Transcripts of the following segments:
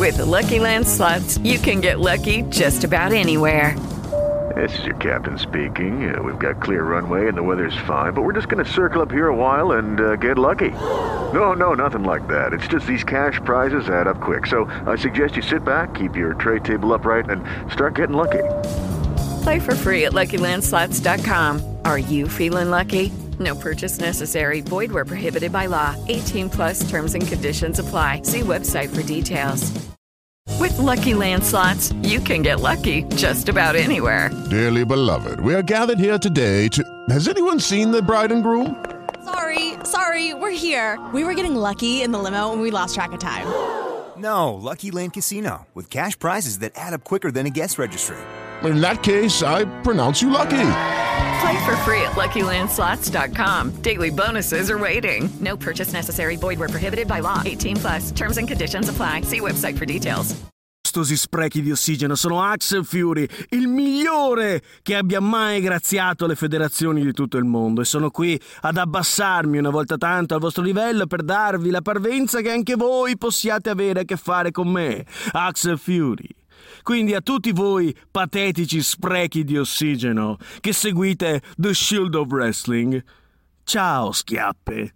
With Lucky Land Slots, you can get lucky just about anywhere. This is your captain speaking. We've got clear runway and the weather's fine, but we're just going to circle up here a while and get lucky. No, nothing like that. It's just these cash prizes add up quick. So I suggest you sit back, keep your tray table upright, and start getting lucky. Play for free at LuckyLandSlots.com. Are you feeling lucky? No purchase necessary. Void where prohibited by law. 18 plus terms and conditions apply. See website for details. With Lucky Land Slots, you can get lucky just about anywhere. Dearly beloved, we are gathered here today to... Has anyone seen the bride and groom? Sorry, we're here. We were getting lucky in the limo and we lost track of time. No, Lucky Land Casino, with cash prizes that add up quicker than a guest registry. In that case, I pronounce you lucky. Play for free at LuckyLandSlots.com. Daily bonuses are waiting. No purchase necessary. Void where prohibited by law. 18 plus. Terms and conditions apply. See website for details. Costosi sprechi di ossigeno sono Axel Fury, il migliore che abbia mai graziato le federazioni di tutto il mondo, e sono qui ad abbassarmi una volta tanto al vostro livello per darvi la parvenza che anche voi possiate avere a che fare con me, Axel Fury. Quindi a tutti voi patetici sprechi di ossigeno che seguite The Shield of Wrestling, ciao schiappe.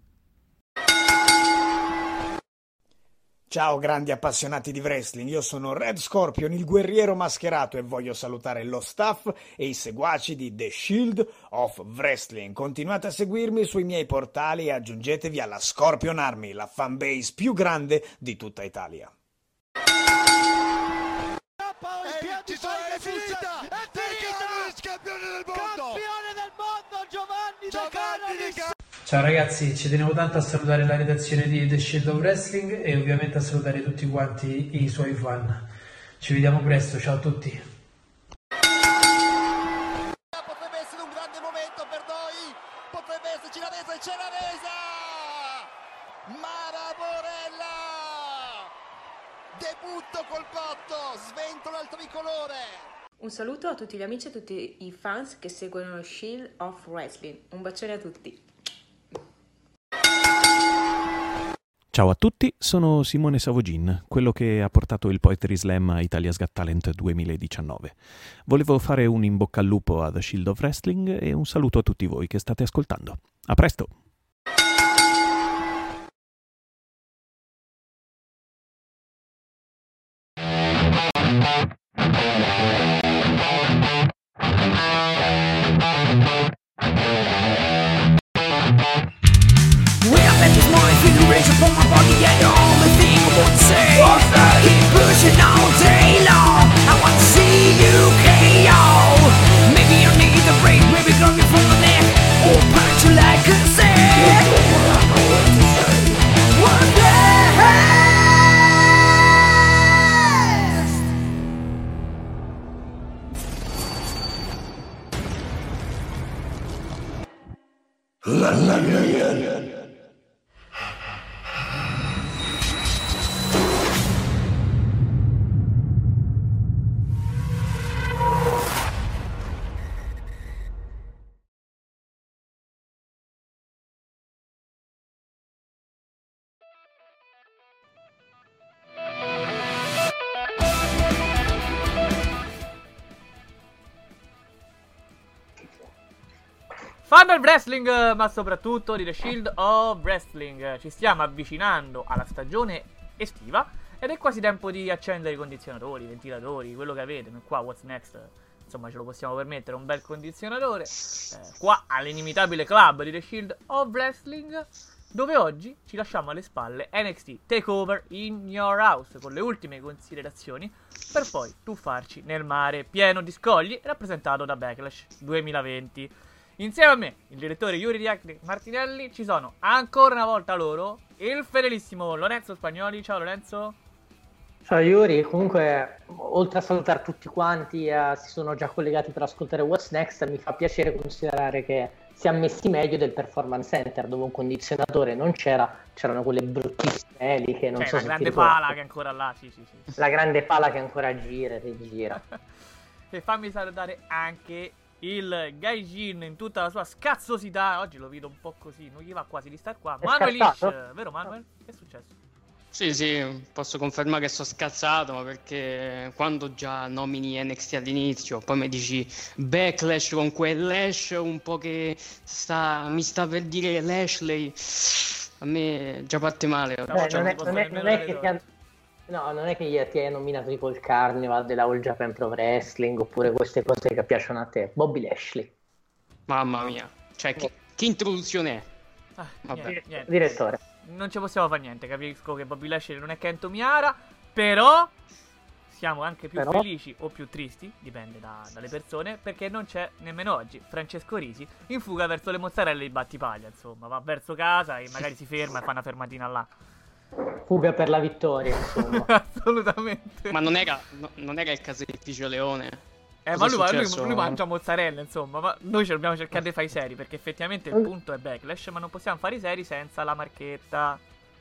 Ciao grandi appassionati di wrestling, io sono Red Scorpion, il guerriero mascherato, e voglio salutare lo staff e i seguaci di The Shield of Wrestling. Continuate a seguirmi sui miei portali e aggiungetevi alla Scorpion Army, la fanbase più grande di tutta Italia. È finita! Campione del mondo Giovanni De Caro! Ciao ragazzi, ci tenevo tanto a salutare la redazione di The Shield of Wrestling e ovviamente a salutare tutti quanti i suoi fan. Ci vediamo presto, ciao a tutti. Potrebbe essere un grande momento per noi, potrebbe esserci la resa, e c'è la resa! Mara Borella! Debutto col botto, sventola il tricolore! Un saluto a tutti gli amici e a tutti i fans che seguono lo Shield of Wrestling. Un bacione a tutti. Ciao a tutti, sono Simone Savogin, quello che ha portato il Poetry Slam a Italia's Got Talent 2019. Volevo fare un in bocca al lupo a The Shield of Wrestling e un saluto a tutti voi che state ascoltando. A presto! For my body, yeah, the only thing I want to say. Keep pushing all day long. I want to see you KO. Maybe you need a break, maybe grab you from the neck, or punch you like a sack. One best. Fan del wrestling, ma soprattutto di The Shield of Wrestling. Ci stiamo avvicinando alla stagione estiva ed è quasi tempo di accendere i condizionatori, i ventilatori, quello che avete. Noi qua, What's Next, insomma, ce lo possiamo permettere, un bel condizionatore. Qua all'inimitabile club di The Shield of Wrestling, dove oggi ci lasciamo alle spalle NXT TakeOver in Your House con le ultime considerazioni, per poi tuffarci nel mare pieno di scogli rappresentato da Backlash 2020. Insieme a me, il direttore Yuri Diacri Martinelli, ci sono ancora una volta loro, il fedelissimo Lorenzo Spagnoli. Ciao Lorenzo. Ciao Yuri, comunque oltre a salutare tutti quanti si sono già collegati per ascoltare What's Next, mi fa piacere considerare che si è messi meglio del Performance Center, dove un condizionatore non c'erano quelle bruttissime eliche, non so la se grande ti ricordi. pala che è ancora là, sì. La grande pala che ancora gira. E fammi salutare anche il Gaijin in tutta la sua scazzosità. Oggi lo vedo un po' così, non gli va quasi di star qua. È Manuel scartato? Ish, vero Manuel? Che è successo? Sì, posso confermare che sono scazzato, ma perché quando già nomini NXT all'inizio, poi mi dici Backlash con quel Lash un po' che mi sta per dire Lashley, a me già parte male. Non è che ti hai nominato tipo il Carnival della All Japan Pro Wrestling oppure queste cose che piacciono a te. Bobby Lashley. Mamma mia, cioè che introduzione è? Niente. Direttore. Non ci possiamo fare niente, capisco che Bobby Lashley non è Kento Miyara, però siamo anche più felici o più tristi, dipende dalle persone, perché non c'è nemmeno oggi Francesco Risi in fuga verso le mozzarelle di Battipaglia, insomma, va verso casa e magari si ferma e fa una fermatina là. Fuga per la vittoria, insomma. Assolutamente. Ma non era il caseificio Leone? Ma lui mangia mozzarella, insomma. Ma noi dobbiamo cercare di fare i seri, perché effettivamente il punto è Backlash, ma non possiamo fare i seri senza la marchetta.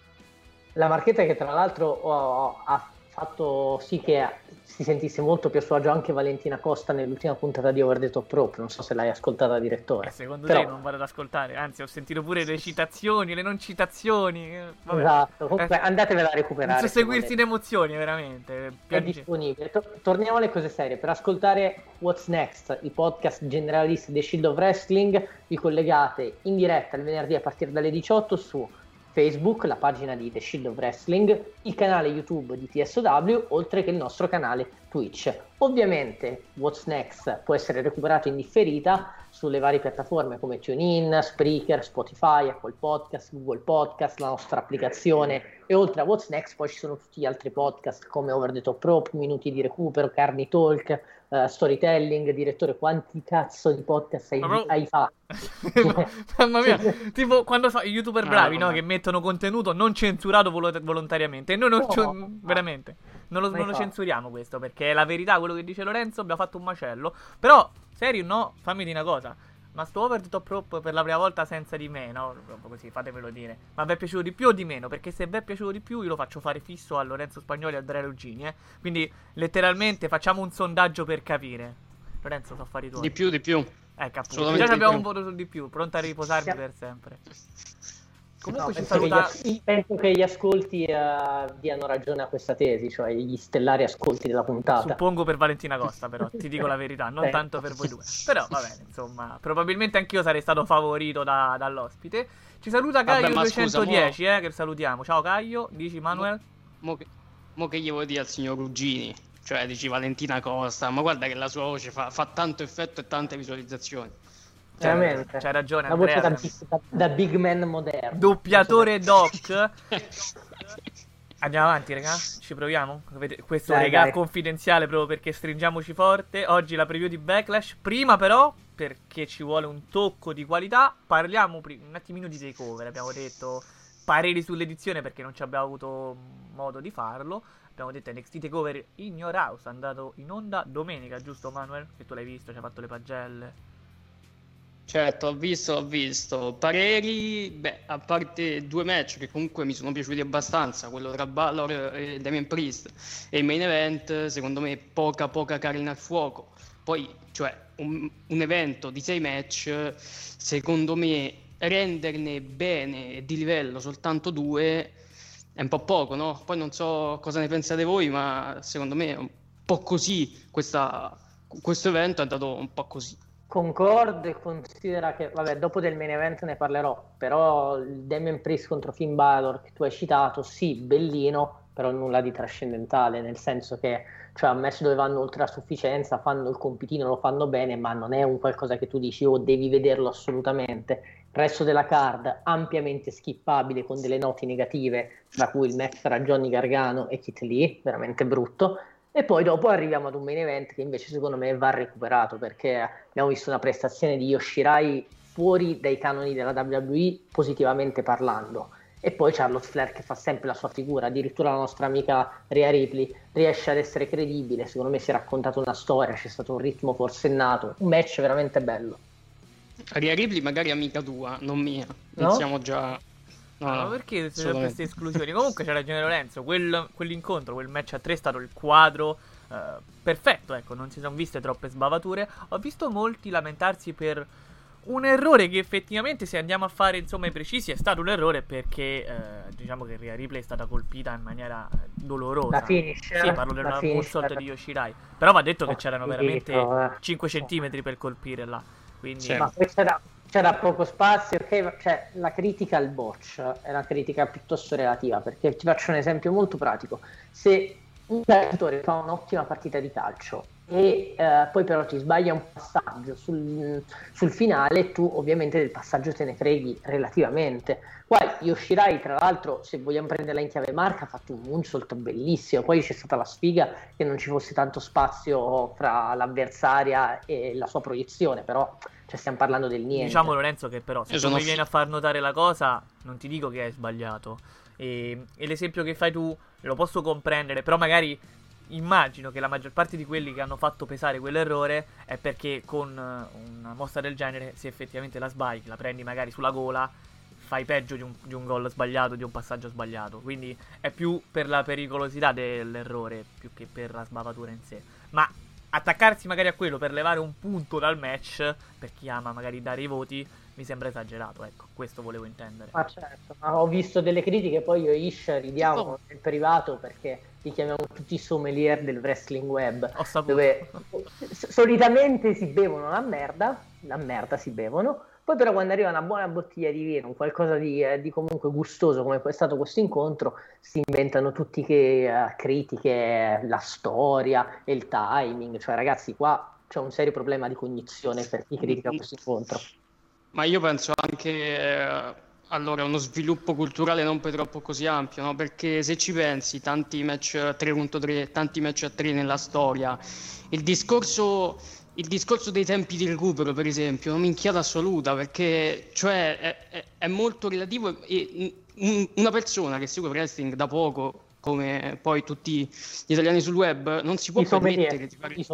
La marchetta che tra l'altro ha fatto sì che si sentisse molto più a suo agio anche Valentina Costa nell'ultima puntata di Over the Top Rope. Non so se l'hai ascoltata, direttore. Secondo te non vado ad ascoltare, anzi ho sentito pure le citazioni, le non citazioni. Vabbè. Esatto, comunque andatevela a recuperare. Non so seguirsi in emozioni, veramente. È disponibile. Torniamo alle cose serie. Per ascoltare What's Next, il podcast generalista di Shield of Wrestling, vi collegate in diretta il venerdì a partire dalle 18 su Facebook, la pagina di The Shield of Wrestling, il canale YouTube di TSW, oltre che il nostro canale Twitch. Ovviamente What's Next può essere recuperato in differita sulle varie piattaforme come TuneIn, Spreaker, Spotify, Apple Podcast, Google Podcast, la nostra applicazione, e oltre a What's Next poi ci sono tutti gli altri podcast come Over the Top Rope, Minuti di Recupero, Carni Talk, Storytelling. Direttore, quanti cazzo di podcast hai fatto? Mamma mia, tipo quando i youtuber bravi, no, che mettono contenuto non censurato volontariamente, e noi veramente non lo censuriamo questo, perché è la verità, quello che dice Lorenzo. Abbiamo fatto un macello, però serio, no, fammi dire una cosa, ma sto Over the Top Rope per la prima volta senza di me, no, proprio così, fatemelo dire, ma vi è piaciuto di più o di meno? Perché se vi è piaciuto di più io lo faccio fare fisso a Lorenzo Spagnoli e a Andrea Ruggini, quindi letteralmente facciamo un sondaggio per capire. Lorenzo, so fare i tuoi. Di più. Ecco, già abbiamo un voto sul di più, pronto a riposarmi per sempre. Comunque ci saluta. Penso che gli ascolti diano ragione a questa tesi, cioè gli stellari ascolti della puntata. Suppongo per Valentina Costa, però ti dico la verità, non tanto per voi due. Però va bene, insomma, probabilmente anch'io sarei stato favorito dall'ospite. Ci saluta Caio 210, che salutiamo. Ciao Caio, dici Manuel? Mo che gli vuoi dire al signor Ruggini? Cioè dici Valentina Costa, ma guarda che la sua voce fa tanto effetto e tante visualizzazioni. Veramente. C'hai ragione, la Andrea. Voce da big man moderno. Doppiatore doc. Andiamo avanti, raga. Ci proviamo. Questo dai. Confidenziale proprio perché stringiamoci forte. Oggi la preview di Backlash. Prima però, perché ci vuole un tocco di qualità, parliamo un attimino di takeover. Abbiamo detto pareri sull'edizione perché non ci abbiamo avuto modo di farlo. Abbiamo detto NXT Takeover in Your House, andato in onda domenica, giusto Manuel? Che tu l'hai visto, ci hai fatto le pagelle. Certo, ho visto. Pareri, a parte due match che comunque mi sono piaciuti abbastanza, quello tra Balor e Damian Priest, e il main event, secondo me, poca carne al fuoco. Poi, cioè, un evento di 6 match, secondo me, renderne bene e di livello soltanto 2 è un po' poco, no? Poi non so cosa ne pensate voi, ma secondo me è un po' così, questo evento è andato un po' così. Concordo e considera che, vabbè, dopo del main event ne parlerò, però il Damian Priest contro Finn Balor che tu hai citato, sì, bellino, però nulla di trascendentale, nel senso che, cioè, a match dove vanno oltre a sufficienza, fanno il compitino, lo fanno bene, ma non è un qualcosa che tu dici, oh, devi vederlo assolutamente. Il resto della card ampiamente skippabile con delle note negative, tra cui il match tra Johnny Gargano e Keith Lee, veramente brutto. E poi dopo arriviamo ad un main event che invece secondo me va recuperato, perché abbiamo visto una prestazione di Yoshirai fuori dai canoni della WWE, positivamente parlando. E poi Charlotte Flair che fa sempre la sua figura, addirittura la nostra amica Rhea Ripley riesce ad essere credibile, secondo me si è raccontata una storia, c'è stato un ritmo forsennato, un match veramente bello. Rhea Ripley magari amica tua, non mia, non no? Siamo già... No, perché ci sono queste esclusioni? Comunque c'è ragione Lorenzo, quell'incontro, quel match a 3 è stato il quadro perfetto, ecco, non si sono viste troppe sbavature. Ho visto molti lamentarsi per Un errore che effettivamente, se andiamo a fare insomma i precisi, è stato un errore perché diciamo che Rhea Ripley è stata colpita in maniera dolorosa. La finish, sì, parlo del moonsault di Yoshirai. Però va detto che c'erano veramente 5 centimetri per colpire là. Quindi... Ma poi c'era poco spazio, ok? Cioè, la critica al botch è una critica piuttosto relativa, perché ti faccio un esempio molto pratico. Se un calciatore fa un'ottima partita di calcio e poi però ti sbaglia un passaggio sul finale, tu ovviamente del passaggio te ne freghi relativamente. Qua Yoshirai, tra l'altro, se vogliamo prenderla in chiave marca, ha fatto un moonsault bellissimo. Poi c'è stata la sfiga che non ci fosse tanto spazio fra l'avversaria e la sua proiezione, però cioè, stiamo parlando del niente. Diciamo, Lorenzo, che però se tu mi vieni a far notare la cosa, non ti dico che hai sbagliato, e l'esempio che fai tu lo posso comprendere, però magari immagino che la maggior parte di quelli che hanno fatto pesare quell'errore è perché con una mossa del genere, se effettivamente la sbagli, la prendi magari sulla gola, fai peggio di un gol sbagliato, di un passaggio sbagliato. Quindi è più per la pericolosità dell'errore più che per la sbavatura in sé. Ma attaccarsi magari a quello per levare un punto dal match, per chi ama magari dare i voti, mi sembra esagerato, ecco, questo volevo intendere. Ma certo, ma ho visto delle critiche, poi io e Ish ridiamo nel privato perché li chiamiamo tutti i sommelier del wrestling web, dove solitamente si bevono la merda si bevono, poi però quando arriva una buona bottiglia di vino, qualcosa di comunque gustoso come è stato questo incontro, si inventano tutti che critiche, la storia e il timing, cioè ragazzi qua c'è un serio problema di cognizione per chi critica questo incontro. Ma io penso anche allora uno sviluppo culturale non poi troppo così ampio, no? Perché se ci pensi, tanti match 3 contro 3, tanti match a 3 nella storia, il discorso dei tempi di recupero, per esempio, è una minchiata assoluta, perché cioè è molto relativo, e una persona che segue wrestling da poco, come poi tutti gli italiani sul web, non si può permettere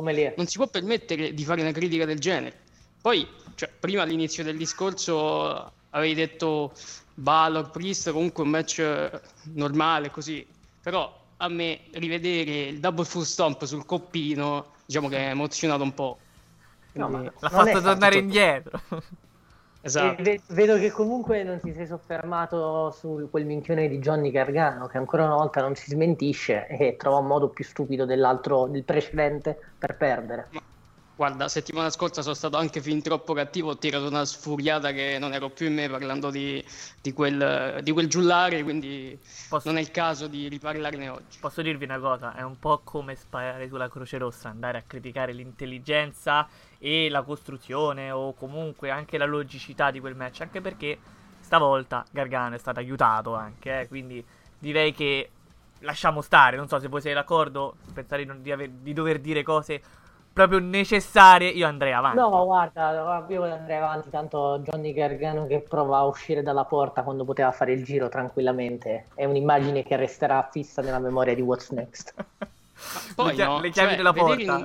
di fare una critica del genere. Poi, cioè, prima all'inizio del discorso avevi detto Balor, Priest, comunque un match normale così, però a me rivedere il double full stomp sul coppino, diciamo che è emozionato un po'. No, ma l'ha fatto tornare indietro. Esatto. Vedo che comunque non ti sei soffermato su quel minchione di Johnny Gargano, che ancora una volta non si smentisce e trova un modo più stupido del precedente per perdere. Guarda, settimana scorsa sono stato anche fin troppo cattivo, ho tirato una sfuriata che non ero più in me parlando di quel giullare, quindi non è il caso di riparlarne oggi. Posso dirvi una cosa, è un po' come sparare sulla Croce Rossa, andare a criticare l'intelligenza e la costruzione o comunque anche la logicità di quel match, anche perché stavolta Gargano è stato aiutato anche, quindi direi che lasciamo stare. Non so se voi siete d'accordo, pensare di dover dire cose proprio necessarie, io andrei avanti. No, guarda, io andrei avanti, tanto Johnny Gargano che prova a uscire dalla porta quando poteva fare il giro tranquillamente è un'immagine che resterà fissa nella memoria di What's Next. Poi le chiavi della porta.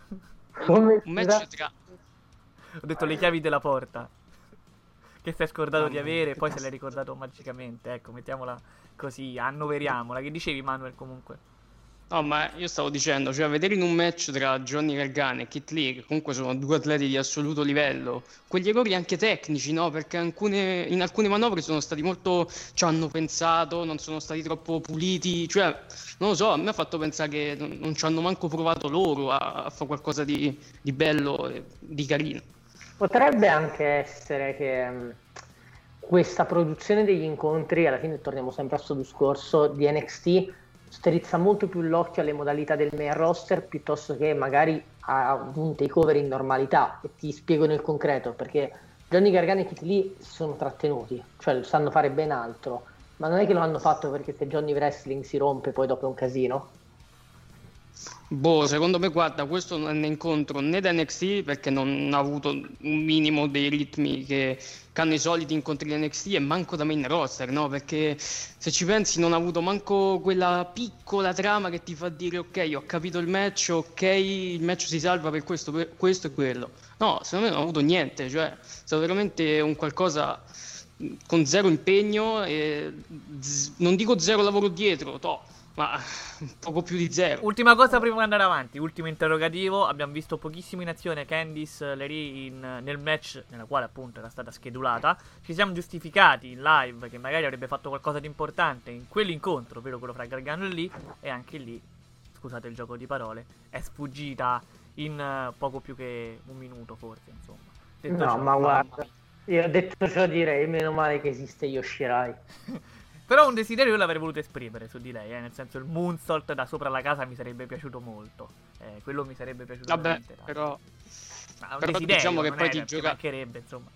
Un match tra... Ho detto le chiavi della porta che si è scordato di avere, poi se l'hai ricordato magicamente, ecco, mettiamola così, annoveriamola. Che dicevi, Manuel, comunque? No, ma io stavo dicendo, cioè vedere in un match tra Johnny Gargano e Keith Lee, che comunque sono due atleti di assoluto livello, quegli errori anche tecnici, no? Perché in alcune manovre sono stati molto, ci hanno pensato, non sono stati troppo puliti, cioè non lo so, a me ha fatto pensare che non ci hanno manco provato loro a fare qualcosa di bello e di carino. Potrebbe anche essere che questa produzione degli incontri, alla fine torniamo sempre a questo discorso di NXT, strizza molto più l'occhio alle modalità del main roster piuttosto che magari a un takeover in normalità. E ti spiego nel concreto, perché Johnny Gargano e Keith Lee si sono trattenuti, cioè sanno fare ben altro, ma non è che lo hanno fatto perché se Johnny Wrestling si rompe poi dopo è un casino. Boh, secondo me, guarda, questo non è un incontro né da NXT, perché non ha avuto un minimo dei ritmi che hanno i soliti incontri di NXT, e manco da main roster, no? Perché se ci pensi non ha avuto manco quella piccola trama che ti fa dire ok, ho capito il match, ok, il match si salva per questo e quello. No, secondo me non ha avuto niente, cioè è stato veramente un qualcosa con zero impegno e non dico zero lavoro dietro, ma poco più di zero. Ultima cosa prima di andare avanti, ultimo interrogativo. Abbiamo visto pochissimo in azione Candice LeRae nel match nella quale appunto era stata schedulata. Ci siamo giustificati in live che magari avrebbe fatto qualcosa di importante in quell'incontro, ovvero quello fra Gargano e Lee, e anche lì, scusate il gioco di parole, è sfuggita in poco più che un minuto forse, insomma. Detto No, ciò, ma guarda, io detto ciò direi meno male che esiste Yoshirai. Però un desiderio io l'avrei voluto esprimere su di lei, nel senso il moonsault da sopra la casa mi sarebbe piaciuto molto. Quello mi sarebbe piaciuto Vabbè, veramente tanto. però desiderio, diciamo che non poi è ti perché gioca... mancherebbe, insomma.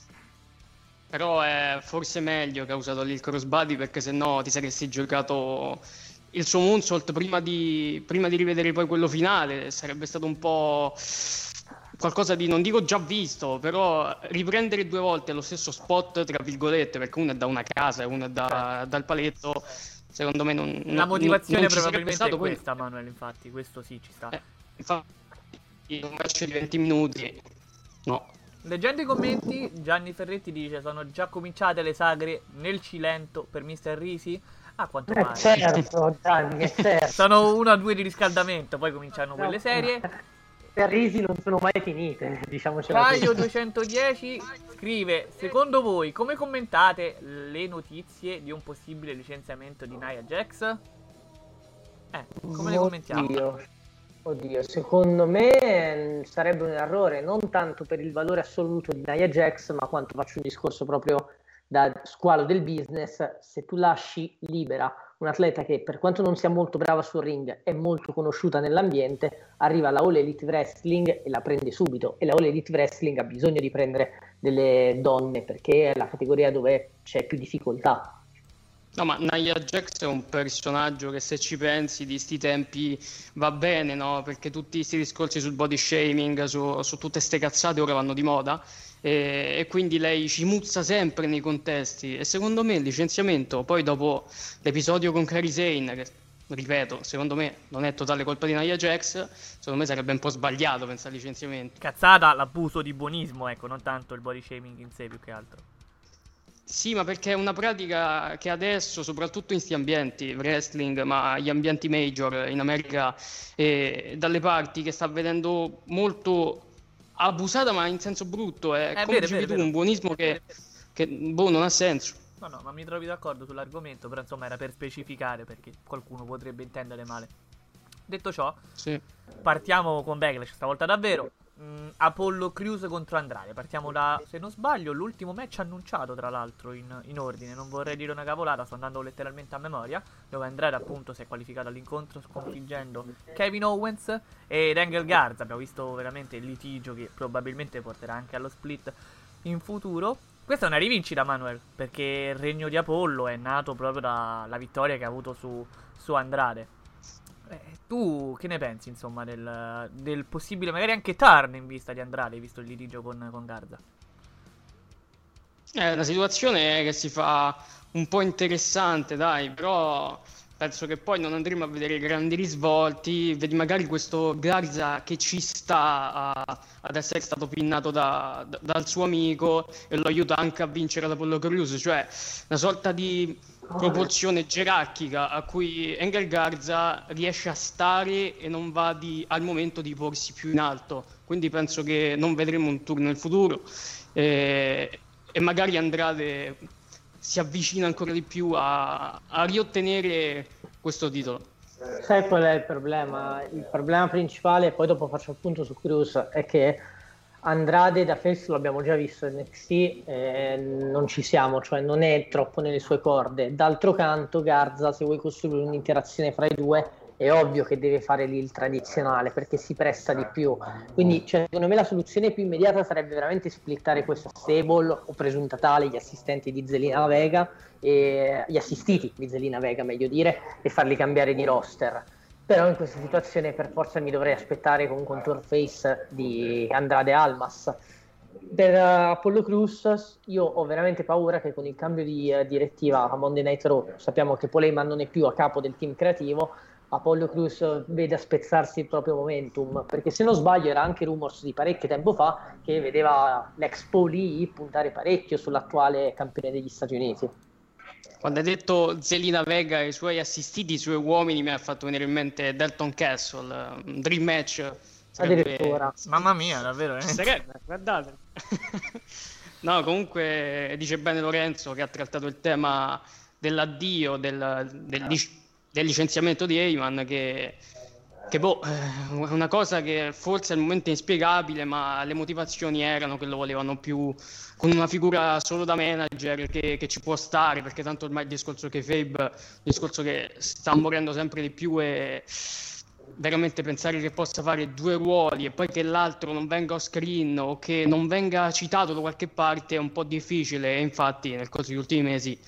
Però è forse meglio che ha usato lì il crossbody, perché sennò ti saresti giocato il suo moonsault prima di rivedere poi quello finale. Sarebbe stato un po' qualcosa di, non dico già visto, però riprendere 2 volte lo stesso spot, tra virgolette, perché uno è da una casa e uno è dal paletto, secondo me non La motivazione non ci probabilmente sarebbe è stato, questa, Manuel, infatti, questo sì ci sta. infatti un match di 20 minuti no. Leggendo i commenti, Gianni Ferretti dice: sono già cominciate le sagre nel Cilento per Mr. Risi? A quanto pare. Certo, Gianni, certo. Sono 1 o 2 di riscaldamento, poi cominciano quelle serie. Per Risi non sono mai finite, diciamocelo. Caio 210 scrive: secondo voi come commentate le notizie di un possibile licenziamento di Nia Jax? Come le commentiamo? Oddio, secondo me sarebbe un errore, non tanto per il valore assoluto di Nia Jax, ma quanto faccio un discorso proprio da squalo del business. Se tu lasci libera un atleta che, per quanto non sia molto brava sul ring, è molto conosciuta nell'ambiente, arriva alla All Elite Wrestling e la prende subito, e la All Elite Wrestling ha bisogno di prendere delle donne perché è la categoria dove c'è più difficoltà. No, ma Nia Jax è un personaggio che, se ci pensi, di sti tempi va bene, no? Perché tutti questi discorsi sul body shaming, su tutte ste cazzate ora vanno di moda, e quindi lei ci muzza sempre nei contesti, e secondo me il licenziamento, poi dopo l'episodio con Kairi Sane, che ripeto, secondo me non è totale colpa di Nia Jax, secondo me sarebbe un po' sbagliato pensare al licenziamento. Cazzata, l'abuso di buonismo, ecco, non tanto il body shaming in sé, più che altro. Sì, ma perché è una pratica che adesso, soprattutto in questi ambienti wrestling, ma gli ambienti major in America e dalle parti, che sta vedendo molto abusata, ma in senso brutto. È come dicevi tu, un buonismo che non ha senso. No, ma mi trovi d'accordo sull'argomento, però insomma era per specificare, perché qualcuno potrebbe intendere male. Detto ciò, sì, partiamo con Backlash, stavolta davvero. Apollo Crews contro Andrade. Partiamo da, se non sbaglio, l'ultimo match annunciato, tra l'altro, in ordine. Non vorrei dire una cavolata, sto andando letteralmente a memoria, dove Andrade appunto si è qualificato all'incontro sconfiggendo Kevin Owens ed Angel Garza. Abbiamo visto veramente il litigio che probabilmente porterà anche allo split in futuro. Questa è una rivincita, Manuel, perché il regno di Apollo è nato proprio dalla vittoria che ha avuto su Andrade. Tu che ne pensi, insomma, del possibile magari anche turn in vista di Andrade, visto il litigio con Garza? È una situazione che si fa un po' interessante, dai, però penso che poi non andremo a vedere grandi risvolti. Vedi magari questo Garza che ci sta ad essere stato pinnato dal suo amico e lo aiuta anche a vincere l'Apollo Crews, cioè una sorta di proporzione gerarchica a cui Angel Garza riesce a stare e non va al momento di porsi più in alto. Quindi penso che non vedremo un turno nel futuro, e magari Andrade si avvicina ancora di più a riottenere questo titolo. Sai qual è il problema? Il problema principale, poi dopo faccio il punto su Crews, è che Andrade da face lo abbiamo già visto in NXT, non ci siamo, cioè non è troppo nelle sue corde. D'altro canto Garza, se vuoi costruire un'interazione fra i due, è ovvio che deve fare lì il tradizionale, perché si presta di più. Quindi secondo me la soluzione più immediata sarebbe veramente splittare questa stable, o presunta tale, gli assistenti di Zelina Vega, e gli assistiti di Zelina Vega meglio dire, e farli cambiare di roster. Però in questa situazione per forza mi dovrei aspettare con un contour face di Andrade Almas. Per Apollo Crews io ho veramente paura che con il cambio di direttiva a Monday Night Raw, sappiamo che Paul Heyman non è più a capo del team creativo, Apollo Crews veda spezzarsi il proprio momentum, perché se non sbaglio era anche rumors di parecchio tempo fa che vedeva l'ex Paul puntare parecchio sull'attuale campione degli Stati Uniti. Quando hai detto Zelina Vega e i suoi assistiti, i suoi uomini, mi ha fatto venire in mente Dalton Castle, un dream match. Addirittura. Mamma mia, davvero. Sarebbe, guardate. No, comunque dice bene Lorenzo che ha trattato il tema dell'addio, del licenziamento di Heyman, che boh, è una cosa che forse al momento è inspiegabile, ma le motivazioni erano che lo volevano più con una figura solo da manager che ci può stare, perché tanto ormai il discorso che il discorso che sta morendo sempre di più, è veramente pensare che possa fare 2 ruoli e poi che l'altro non venga off screen o che non venga citato da qualche parte è un po' difficile, e infatti nel corso degli ultimi mesi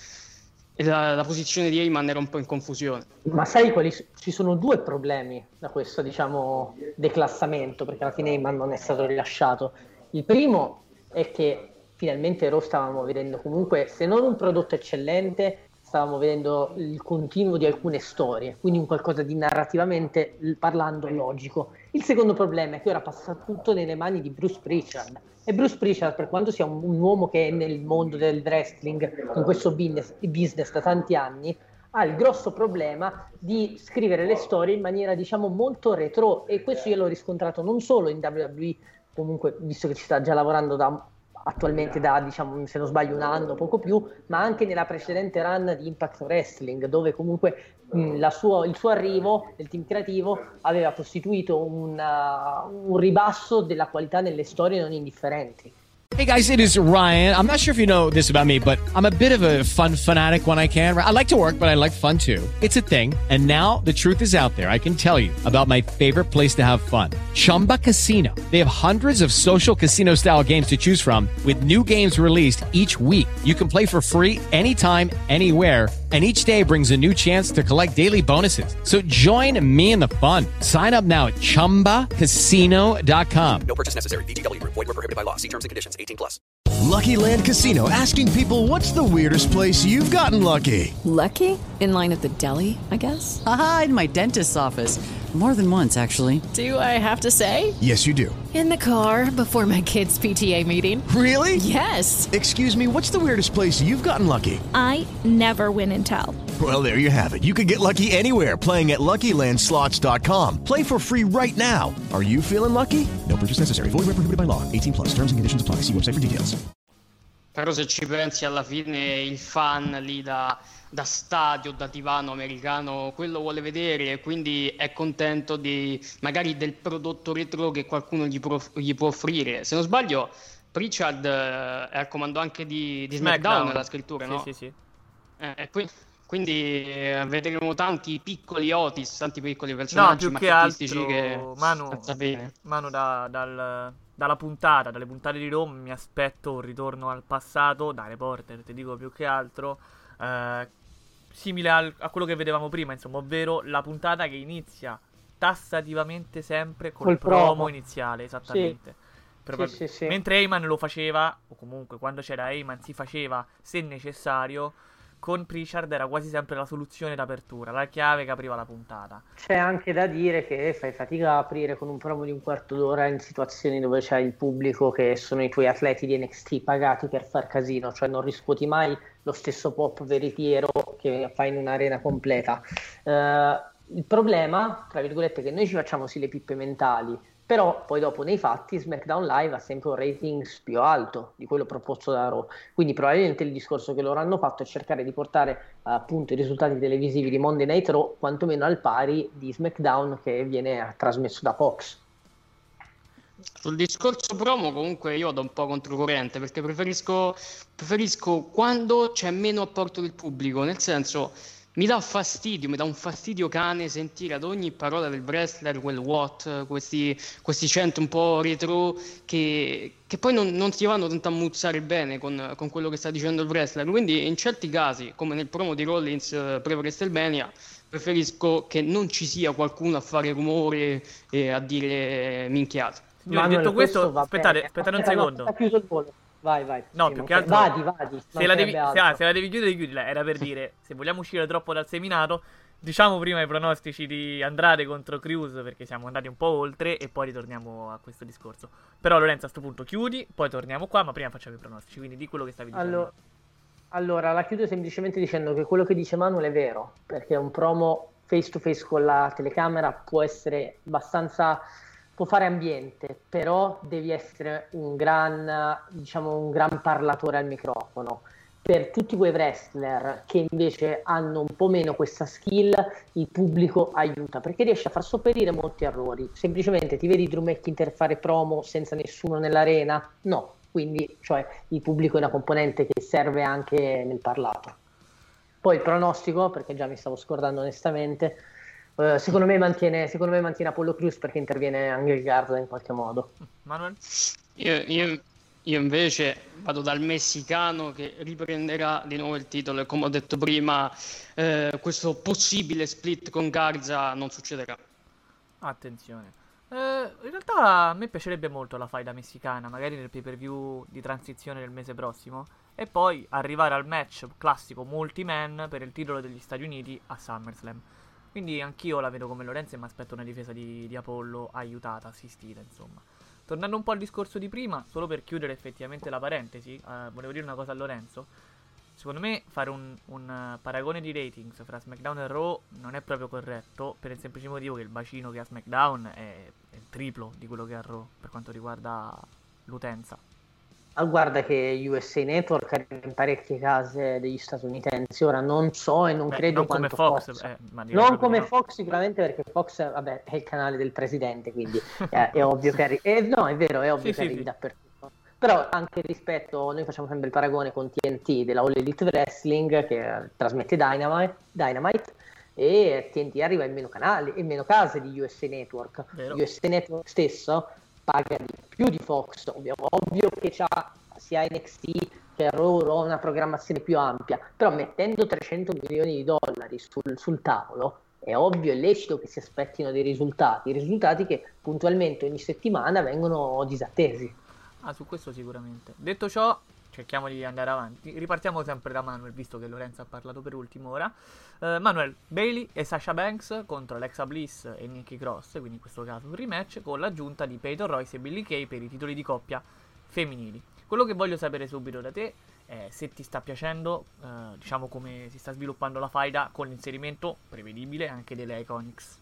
la posizione di Heyman era un po' in confusione. Ma sai quali ci sono 2 problemi da questo, diciamo, declassamento, perché alla fine Heyman non è stato rilasciato. Il primo è che finalmente Raw stavamo vedendo comunque, se non un prodotto eccellente, stavamo vedendo il continuo di alcune storie, quindi un qualcosa di narrativamente parlando logico. Il secondo problema è che ora passa tutto nelle mani di Bruce Pritchard. E Bruce Pritchard, per quanto sia un uomo che è nel mondo del wrestling, in questo business da tanti anni, ha il grosso problema di scrivere le storie in maniera, diciamo, molto retro, e questo io l'ho riscontrato non solo in WWE, comunque, visto che ci sta già lavorando attualmente da, diciamo, se non sbaglio, un anno, poco più, ma anche nella precedente run di Impact Wrestling, dove comunque il suo arrivo del team creativo aveva costituito un ribasso della qualità nelle storie non indifferenti. Hey guys, it is Ryan. I'm not sure if you know this about me, but I'm a bit of a fun fanatic when I can. I like to work, but I like fun too. It's a thing. And now the truth is out there. I can tell you about my favorite place to have fun. Chumba Casino. They have hundreds of social casino style games to choose from with new games released each week. You can play for free anytime, anywhere. And each day brings a new chance to collect daily bonuses. So join me in the fun. Sign up now at ChumbaCasino.com. No purchase necessary. VGW Group. Void where prohibited by law. See terms and conditions. 18+. Lucky Land Casino, asking people, what's the weirdest place you've gotten lucky? Lucky? In line at the deli, I guess? Aha, in my dentist's office. More than once, actually. Do I have to say? Yes, you do. In the car before my kids' PTA meeting. Really? Yes. Excuse me, what's the weirdest place you've gotten lucky? I never win and tell. Well, there you have it. You can get lucky anywhere, playing at LuckyLandSlots.com. Play for free right now. Are you feeling lucky? No purchase necessary. Void where prohibited by law. 18+. Terms and conditions apply. See website for details. Però se ci pensi, alla fine il fan lì da stadio, da divano americano, quello vuole vedere, e quindi è contento di magari del prodotto retro che qualcuno gli può offrire. Se non sbaglio, Pritchard è al comando anche di SmackDown nella scrittura, sì, no? Sì. Quindi vedremo tanti piccoli Otis, tanti piccoli personaggi, no, più che altro, Manu dalle puntate di Raw mi aspetto un ritorno al passato da reporter, ti dico, più che altro simile a quello che vedevamo prima, insomma, ovvero la puntata che inizia tassativamente sempre col promo iniziale, esattamente. Sì. Mentre Heyman lo faceva, o comunque quando c'era Heyman si faceva se necessario, con Pritchard era quasi sempre la soluzione d'apertura, la chiave che apriva la puntata. C'è anche da dire che fai fatica a aprire con un promo di un quarto d'ora in situazioni dove c'è il pubblico che sono i tuoi atleti di NXT pagati per far casino, cioè non riscuoti mai lo stesso pop veritiero che fai in un'arena completa. Il problema, tra virgolette, è che noi ci facciamo sì le pippe mentali, però poi dopo nei fatti SmackDown Live ha sempre un rating più alto di quello proposto da Raw, quindi probabilmente il discorso che loro hanno fatto è cercare di portare appunto i risultati televisivi di Monday Night Raw quantomeno al pari di SmackDown che viene trasmesso da Fox. Sul discorso promo comunque io vado un po' controcorrente, perché preferisco quando c'è meno apporto del pubblico, nel senso mi dà un fastidio cane sentire ad ogni parola del wrestler quel what, questi cento un po' retro che poi non si vanno tanto a muzzare bene con quello che sta dicendo il wrestler. Quindi in certi casi, come nel promo di Rollins pre-WrestleMania, preferisco che non ci sia qualcuno a fare rumore e a dire minchiate. Signori, detto questo, aspettate un secondo. Sta chiuso il volo. Vai. No, più che altro Vadi. Se la devi chiudere, era per dire, se vogliamo uscire troppo dal seminato, diciamo prima i pronostici di Andrade contro Cruz, perché siamo andati un po' oltre, e poi ritorniamo a questo discorso. Però Lorenzo, a sto punto chiudi, poi torniamo qua, ma prima facciamo i pronostici, quindi di quello che stavi dicendo. Allora, la chiudo semplicemente dicendo che quello che dice Manuel è vero, perché un promo face to face con la telecamera può essere abbastanza, può fare ambiente, però devi essere un gran parlatore al microfono. Per tutti quei wrestler che invece hanno un po' meno questa skill, il pubblico aiuta, perché riesce a far sopperire molti errori. Semplicemente ti vedi Drew McIntyre fare promo senza nessuno nell'arena? No. Quindi, cioè, il pubblico è una componente che serve anche nel parlato. Poi il pronostico, perché già mi stavo scordando onestamente, secondo me mantiene Apollo Crews, perché interviene anche Garza in qualche modo. Manuel? Io invece vado dal messicano che riprenderà di nuovo il titolo, e come ho detto prima, questo possibile split con Garza non succederà. Attenzione. In realtà a me piacerebbe molto la faida messicana, magari nel pay-per-view di transizione del mese prossimo, e poi arrivare al match classico multi-man per il titolo degli Stati Uniti a SummerSlam. Quindi anch'io la vedo come Lorenzo e mi aspetto una difesa di Apollo aiutata, assistita, insomma. Tornando un po' al discorso di prima, solo per chiudere effettivamente la parentesi, volevo dire una cosa a Lorenzo. Secondo me fare un paragone di ratings fra SmackDown e Raw non è proprio corretto, per il semplice motivo che il bacino che ha SmackDown è il triplo di quello che ha Raw per quanto riguarda l'utenza. Guarda che USA Network arriva in parecchie case degli statunitensi, ora non so e non credo non quanto come Fox, Fox. Ma non come no. Fox sicuramente, perché Fox è il canale del presidente, quindi è ovvio che arrivi. No, è vero, è ovvio che arrivi dappertutto. Però anche rispetto, noi facciamo sempre il paragone con TNT della All Elite Wrestling, che trasmette Dynamite, e TNT arriva in meno canali, in meno case di USA Network. Vero. USA Network stesso paga di più di Fox, ovvio che c'ha sia NXT che Raw una programmazione più ampia, però mettendo 300 milioni di dollari sul tavolo è ovvio e lecito che si aspettino dei risultati che puntualmente ogni settimana vengono disattesi. Su questo sicuramente. Detto ciò, cerchiamo di andare avanti. Ripartiamo sempre da Manuel, visto che Lorenzo ha parlato per ultimo ora. Manuel, Bayley e Sasha Banks contro Alexa Bliss e Nikki Cross, quindi in questo caso un rematch con l'aggiunta di Peyton Royce e Billie Kay per i titoli di coppia femminili. Quello che voglio sapere subito da te è se ti sta piacendo, diciamo, come si sta sviluppando la faida con l'inserimento prevedibile anche delle Iconics.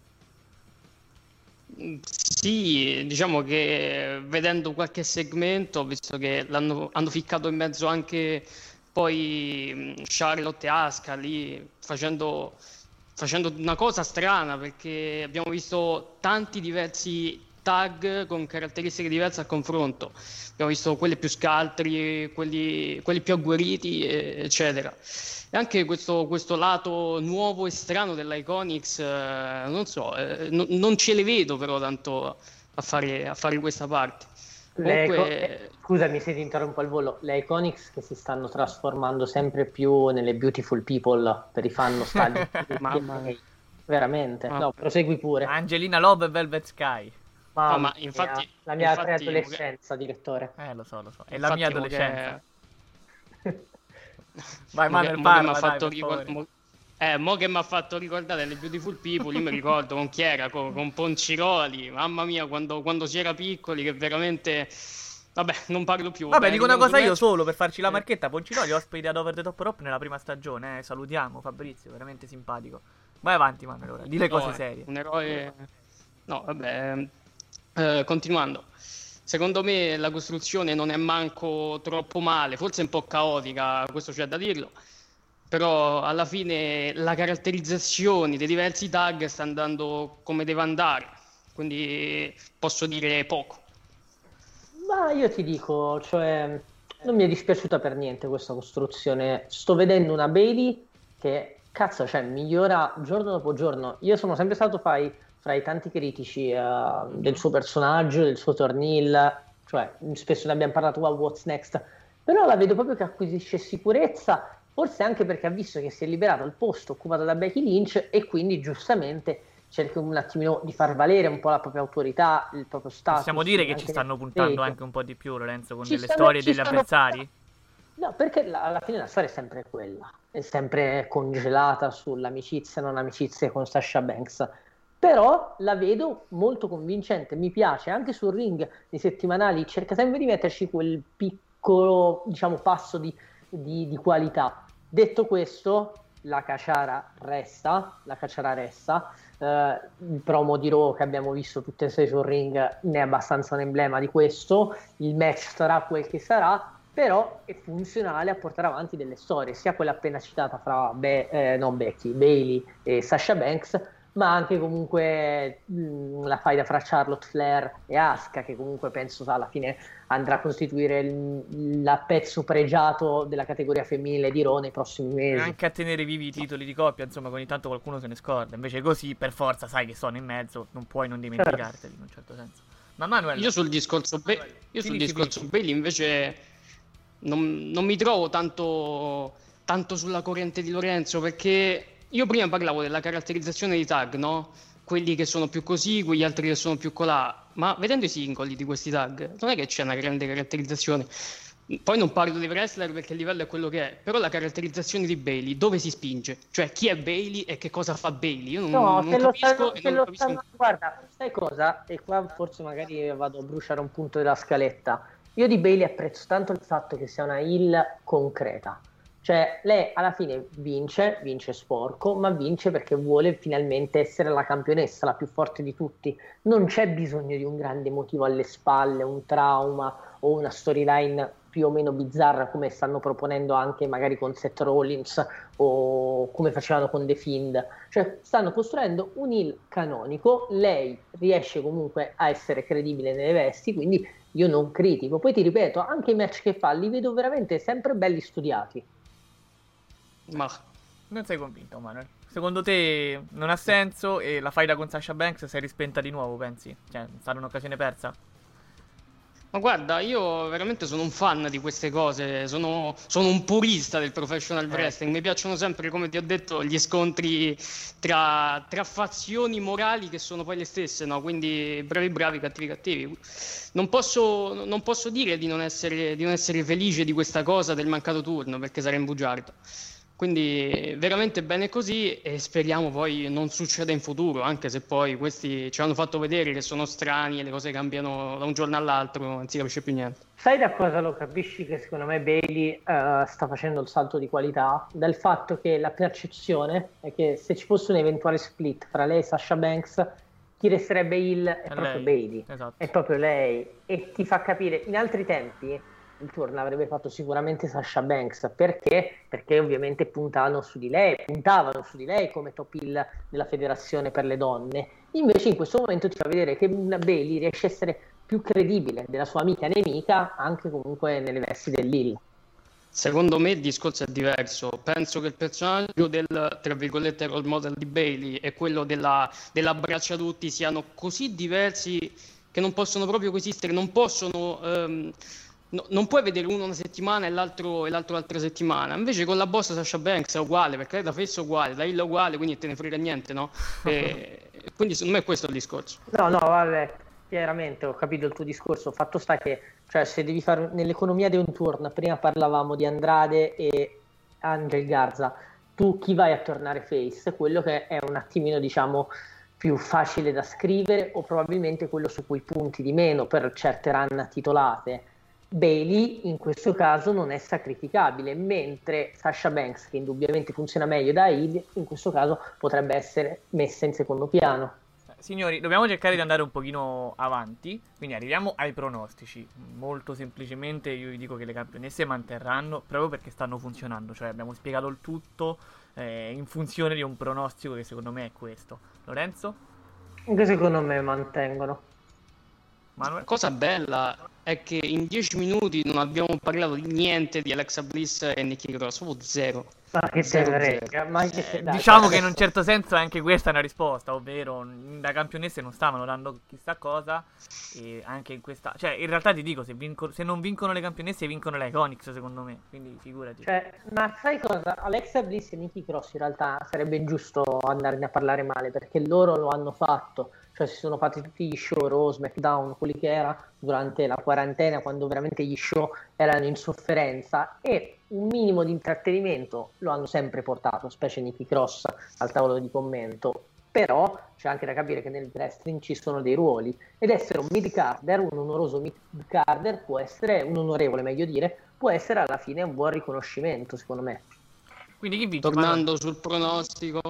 Sì, diciamo che vedendo qualche segmento, visto che hanno ficcato in mezzo anche poi Charlotte e Asuka lì facendo una cosa strana, perché abbiamo visto tanti diversi tag con caratteristiche diverse al confronto. Abbiamo visto quelli più scaltri, quelli più agguerriti, eccetera. E anche questo lato nuovo e strano dell'Iconics, non so, non ce le vedo però tanto a fare questa parte. Comunque... Scusami se ti interrompo al volo, le Iconics che si stanno trasformando sempre più nelle Beautiful People per i fan nostalgici. Mamma mia. Veramente, no, prosegui pure. Angelina Love e Velvet Sky. Ma infatti, la mia preadolescenza, direttore. Lo so. È la mia adolescenza. Vai, Manuel, mo che mi ha fatto ricordare le Beautiful People, io mi ricordo con chi era, con Ponciroli, mamma mia, quando si era piccoli, che veramente... Vabbè, non parlo più. Vabbè, dico una cosa io solo per farci la marchetta. Ponciroli ospite ad Over the Top Rope nella prima stagione, salutiamo Fabrizio, veramente simpatico. Vai avanti, Manuel, ora, di le cose serie. Un eroe... No, vabbè, continuando. Secondo me la costruzione non è manco troppo male, forse è un po' caotica, questo c'è da dirlo, però alla fine la caratterizzazione dei diversi tag sta andando come deve andare, quindi posso dire poco. Ma io ti dico, cioè, non mi è dispiaciuta per niente questa costruzione. Sto vedendo una Bayley che, cazzo, cioè, migliora giorno dopo giorno. Io sono sempre stato fra i tanti critici del suo personaggio, del suo tornil, cioè spesso ne abbiamo parlato a What's Next, però la vedo proprio che acquisisce sicurezza, forse anche perché ha visto che si è liberato il posto occupato da Becky Lynch e quindi giustamente cerca un attimino di far valere un po' la propria autorità, il proprio status. Possiamo dire che ci stanno puntando anche un po' di più, Lorenzo, con delle storie degli avversari? No, perché alla fine la storia è sempre quella, è sempre congelata sull'amicizia, non amicizia con Sasha Banks. Però la vedo molto convincente, mi piace, anche sul ring nei settimanali cerca sempre di metterci quel piccolo, diciamo, passo di di qualità. Detto questo, la cacciara resta. Il promo di Raw che abbiamo visto tutte e 6 sul ring ne è abbastanza un emblema di questo. Il match sarà quel che sarà, però è funzionale a portare avanti delle storie, sia quella appena citata fra Bayley e Sasha Banks, ma anche comunque la faida fra Charlotte Flair e Asuka, che comunque penso alla fine andrà a costituire il pezzo pregiato della categoria femminile di Raw nei prossimi mesi. Anche a tenere vivi i titoli di coppia, insomma, che ogni tanto qualcuno se ne scorda. Invece così, per forza, sai che sono in mezzo, non puoi non dimenticarteli in un certo senso. Ma Manuel, io sul discorso Bayley invece non mi trovo tanto sulla corrente di Lorenzo, perché io prima parlavo della caratterizzazione di tag, no? Quelli che sono più così, quegli altri che sono più colà, ma vedendo i singoli di questi tag non è che c'è una grande caratterizzazione. Poi non parlo dei wrestler perché il livello è quello che è, però la caratterizzazione di Bayley dove si spinge? Cioè chi è Bayley e che cosa fa Bayley? Io non capisco. Guarda, sai cosa? E qua forse magari vado a bruciare un punto della scaletta. Io di Bayley apprezzo tanto il fatto che sia una heel concreta. Cioè, lei alla fine vince sporco, ma vince perché vuole finalmente essere la campionessa, la più forte di tutti. Non c'è bisogno di un grande motivo alle spalle, un trauma o una storyline più o meno bizzarra come stanno proponendo anche magari con Seth Rollins o come facevano con The Fiend. Cioè, stanno costruendo un heel canonico, lei riesce comunque a essere credibile nelle vesti, quindi io non critico. Poi ti ripeto, anche i match che fa li vedo veramente sempre belli studiati. Ma non sei convinto, Manuel? Secondo te non ha senso e la faida con Sasha Banks si è rispenta di nuovo, pensi? Cioè, è stata un'occasione persa? Ma guarda, io veramente sono un fan di queste cose, sono un purista del professional wrestling, mi piacciono sempre, come ti ho detto, gli scontri tra fazioni morali che sono poi le stesse, no? Quindi bravi, cattivi. Non posso dire di non essere felice di questa cosa del mancato turno, perché sarei un bugiardo. Quindi veramente bene così e speriamo poi non succeda in futuro, anche se poi questi ci hanno fatto vedere che sono strani e le cose cambiano da un giorno all'altro, non si capisce più niente. Sai da cosa lo capisci che secondo me Bayley sta facendo il salto di qualità? Dal fatto che la percezione è che se ci fosse un eventuale split fra lei e Sasha Banks, chi resterebbe heel è proprio Bayley, esatto. È proprio lei, e ti fa capire, in altri tempi il turno avrebbe fatto sicuramente Sasha Banks, perché ovviamente puntavano su di lei come top heel della federazione per le donne. Invece in questo momento ti fa vedere che una Bayley riesce a essere più credibile della sua amica nemica anche comunque nelle vesti dell'heel. Secondo me il discorso è diverso. Penso che il personaggio del, tra virgolette, role model di Bayley e quello della bracciatutti siano così diversi che non possono proprio coesistere, non possono non puoi vedere uno una settimana e l'altro l'altra settimana. Invece con la boss Sasha Banks è uguale, perché da face è uguale, da heel è uguale, quindi te ne frega niente, no? Quindi secondo me questo è il discorso. No, vabbè, chiaramente ho capito il tuo discorso. Fatto sta che, cioè, se devi fare nell'economia di un turno, prima parlavamo di Andrade e Angel Garza, tu chi vai a tornare face? Quello che è un attimino, diciamo, più facile da scrivere, o probabilmente quello su cui punti di meno per certe run titolate. Bayley in questo caso non è sacrificabile, mentre Sasha Banks, che indubbiamente funziona meglio da heel, in questo caso potrebbe essere messa in secondo piano. Signori, dobbiamo cercare di andare un pochino avanti, quindi arriviamo ai pronostici. Molto semplicemente io vi dico che le campionesse manterranno proprio perché stanno funzionando, cioè abbiamo spiegato il tutto in funzione di un pronostico che secondo me è questo. Lorenzo? Anche secondo me mantengono. Manuel? La cosa bella è che in 10 minuti non abbiamo parlato di niente di Alexa Bliss e Nikki Cross, solo zero. Ma che diciamo che in un certo senso anche questa è una risposta, ovvero da campionesse non stavano dando chissà cosa, e anche in questa, cioè in realtà ti dico, se non vincono le campionesse vincono le Iconics secondo me, quindi figurati. Cioè, ma sai cosa? Alexa Bliss e Nikki Cross in realtà sarebbe ingiusto andarne a parlare male, perché loro lo hanno fatto. Cioè si sono fatti tutti gli show, Raw, SmackDown, quelli che era durante la quarantena, quando veramente gli show erano in sofferenza, e un minimo di intrattenimento lo hanno sempre portato, specie Nikki Cross al tavolo di commento. però c'è anche da capire che nel wrestling ci sono dei ruoli, ed essere un mid-carder, un onoroso mid-carder può essere, un onorevole meglio dire, può essere alla fine un buon riconoscimento, secondo me. Quindi chi vince? Tornando sul pronostico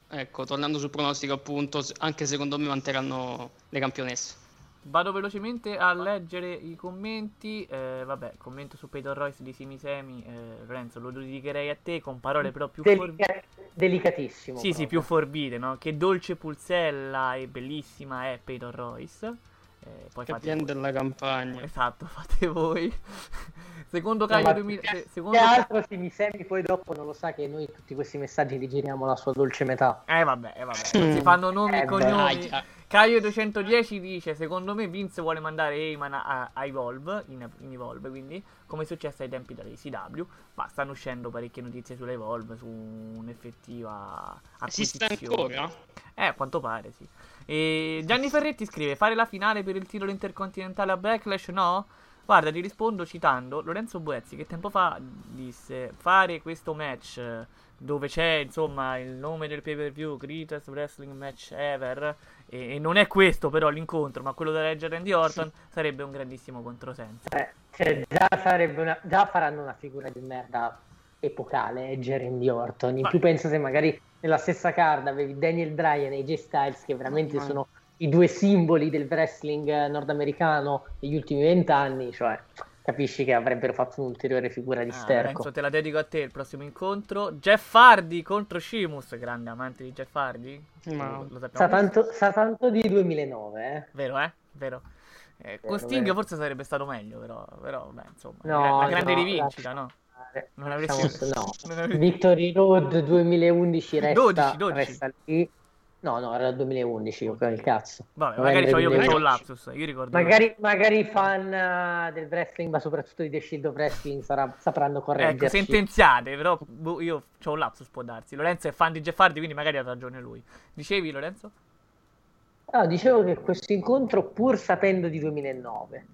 appunto, anche secondo me manterranno le campionesse. Vado velocemente a leggere i commenti. Vabbè, commento su Peyton Royce di Simi Semi. Lorenzo, lo dedicherei a te con parole però più delicatissimo. Sì, sì, più forbite, no? Che dolce pulzella e bellissima è Peyton Royce. Poi Capitano della campagna. Esatto, fate voi. Secondo Caio 2000. Che altro Simi Semi poi dopo non lo sa che noi tutti questi messaggi li giriamo alla sua dolce metà. Vabbè. Non si fanno nomi e cognomi. Caio 210 dice: secondo me Vince vuole mandare Heyman a Evolve, in Evolve, quindi come è successo ai tempi della ECW. Ma stanno uscendo parecchie notizie sulle Evolve, su un'effettiva acquisizione. Esiste ancora? A quanto pare sì. E Gianni Ferretti scrive: fare la finale per il titolo intercontinentale a Backlash, no? Guarda, ti rispondo citando Lorenzo Boezzi, che tempo fa disse: fare questo match dove c'è insomma il nome del pay per view, Greatest Wrestling Match Ever, e non è questo però l'incontro, ma quello da Edge e Randy Orton, sarebbe un grandissimo controsenso. Già faranno una figura di merda epocale Edge e Randy Orton. In più penso se magari nella stessa card avevi Daniel Bryan e AJ Styles, che veramente sono i due simboli del wrestling nordamericano degli ultimi 20 anni, cioè capisci che avrebbero fatto un'ulteriore figura di sterco. Lorenzo, te la dedico a te il prossimo incontro. Jeff Hardy contro Sheamus, grande amante di Jeff Hardy. Lo sa tanto di 2009, Vero, vero. Con Sting vero. Forse sarebbe stato meglio, però beh, insomma, no, la grande rivincita, no? Non avresti... Victory Road 2011 resta 12. Resta lì. No, era il 2011, il cazzo. Vabbè, magari io che ho un lapsus, io ricordo. Magari i fan del wrestling, ma soprattutto di The Shield of Wrestling sapranno correggerci. Ecco, sentenziate, però io ho un lapsus, può darsi. Lorenzo è fan di Jeff Hardy, quindi magari ha ragione lui. Dicevi, Lorenzo? Dicevo che questo incontro, pur sapendo di 2009,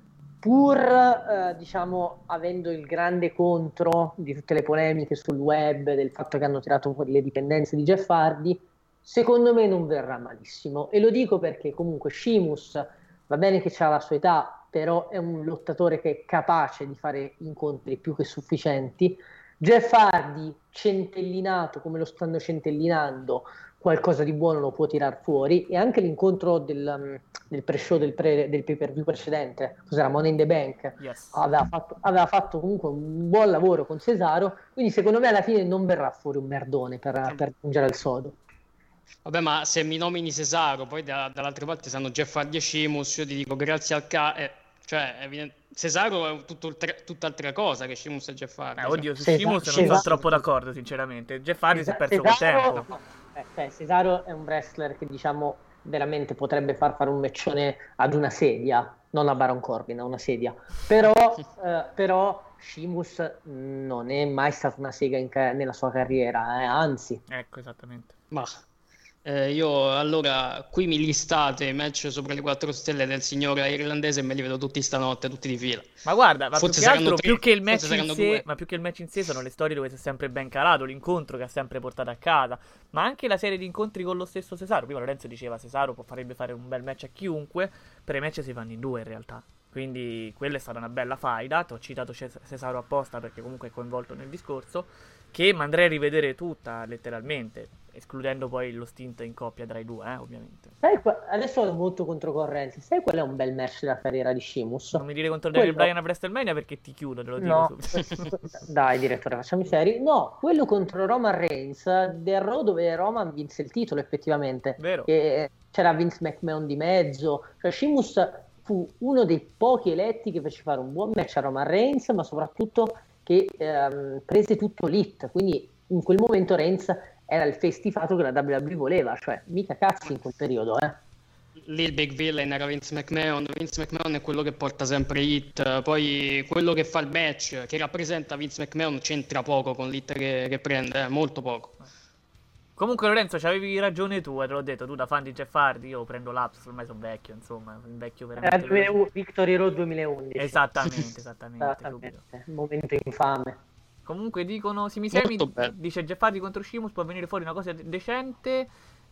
pur diciamo avendo il grande contro di tutte le polemiche sul web, del fatto che hanno tirato fuori le dipendenze di Jeff Hardy, secondo me non verrà malissimo, e lo dico perché comunque Sheamus va bene che ha la sua età, però è un lottatore che è capace di fare incontri più che sufficienti. Jeff Hardy, centellinato come lo stanno centellinando, qualcosa di buono lo può tirar fuori, e anche l'incontro del pre-show del pay per view precedente, cos'era, Money in the Bank, aveva fatto comunque un buon lavoro con Cesaro, quindi secondo me alla fine non verrà fuori un merdone per giungere al sodo. Vabbè, ma se mi nomini Cesaro, poi dall'altra parte sanno Jeff Hardy e Sheamus, io ti dico grazie al Cesaro è tutt'altra cosa che Sheamus e Jeff Hardy. Oddio, su Sheamus non sono troppo d'accordo, sinceramente. Jeff Hardy si è perso col tempo. Cesaro è un wrestler che diciamo veramente potrebbe fare un matchone ad una sedia, non a Baron Corbin, a una sedia. Però Sheamus non è mai stata una sega nella sua carriera, anzi. Ecco, esattamente. Ma io allora qui mi listate match sopra le 4 stelle del signore irlandese e me li vedo tutti stanotte, tutti di fila. Ma guarda, più che altro, più che il match in sé sono le storie dove si è sempre ben calato, l'incontro che ha sempre portato a casa, ma anche la serie di incontri con lo stesso Cesaro. Prima Lorenzo diceva Cesaro farebbe fare un bel match a chiunque, per i match si fanno in due in realtà. Quindi quella è stata una bella faida. Ho citato Cesaro apposta perché comunque è coinvolto nel discorso, che mandrei a rivedere tutta letteralmente, escludendo poi lo stint in coppia tra i due, ovviamente. Adesso sono molto controcorrente. Sai qual è un bel match della carriera di Sheamus? Non mi dire contro Daniel Bryan a WrestleMania perché ti chiudo, te lo dico subito. Dai, direttore, facciamo i seri. No, quello contro Roman Reigns del Raw, dove Roman vinse il titolo effettivamente. Vero. E c'era Vince McMahon di mezzo. Cioè Sheamus fu uno dei pochi eletti che fece fare un buon match a Roman Reigns, ma soprattutto che prese tutto l'hit. Quindi in quel momento Reigns era il festivato che la WWE voleva, cioè mica cazzi in quel periodo, Lì il big villain era Vince McMahon. Vince McMahon è quello che porta sempre hit, poi quello che fa il match, che rappresenta Vince McMahon, c'entra poco con l'hit che prende, molto poco. Comunque Lorenzo, c'avevi ragione tu, te l'ho detto, tu da fan di Jeff Hardy, io prendo lapsus, ormai sono vecchio, insomma, vecchio veramente. Era Victory Road 2011. Esattamente. Un momento infame. Comunque dicono, Simi dice Jeff Hardy contro Sheamus può venire fuori una cosa decente.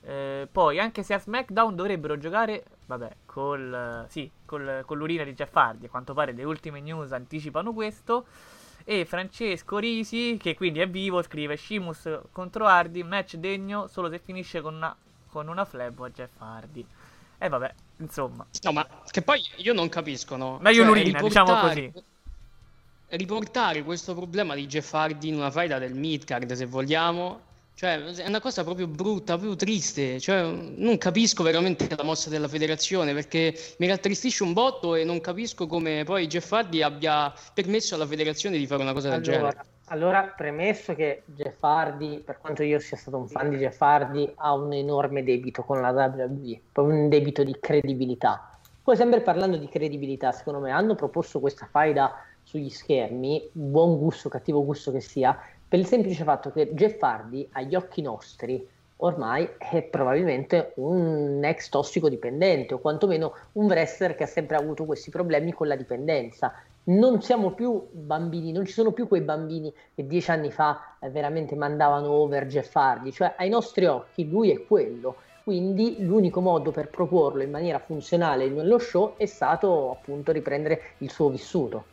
Poi, anche se a SmackDown dovrebbero giocare, vabbè, con l'urina di Jeff Hardy, a quanto pare le ultime news anticipano questo. E Francesco Risi, che quindi è vivo, scrive: Sheamus contro Hardy, match degno solo se finisce con una flab a Jeff Hardy. E vabbè, insomma. No, ma che poi io non capisco, no? Meglio l'urina, diciamo così. Riportare questo problema di Jeff Hardy in una faida del midcard, se vogliamo, cioè è una cosa proprio brutta, proprio triste. Cioè, non capisco veramente la mossa della federazione, perché mi rattristisce un botto e non capisco come poi Jeff Hardy abbia permesso alla federazione di fare una cosa del genere. Allora, premesso che Jeff Hardy, per quanto io sia stato un fan di Jeff Hardy, ha un enorme debito con la WWE, proprio un debito di credibilità. Poi, sempre parlando di credibilità, secondo me hanno proposto questa faida sugli schermi, buon gusto, cattivo gusto che sia, per il semplice fatto che Jeff Hardy, agli occhi nostri, ormai è probabilmente un ex tossicodipendente, o quantomeno un wrestler che ha sempre avuto questi problemi con la dipendenza. Non siamo più bambini, non ci sono più quei bambini che 10 anni fa veramente mandavano over Jeff Hardy, cioè ai nostri occhi lui è quello. Quindi l'unico modo per proporlo in maniera funzionale nello show è stato appunto riprendere il suo vissuto.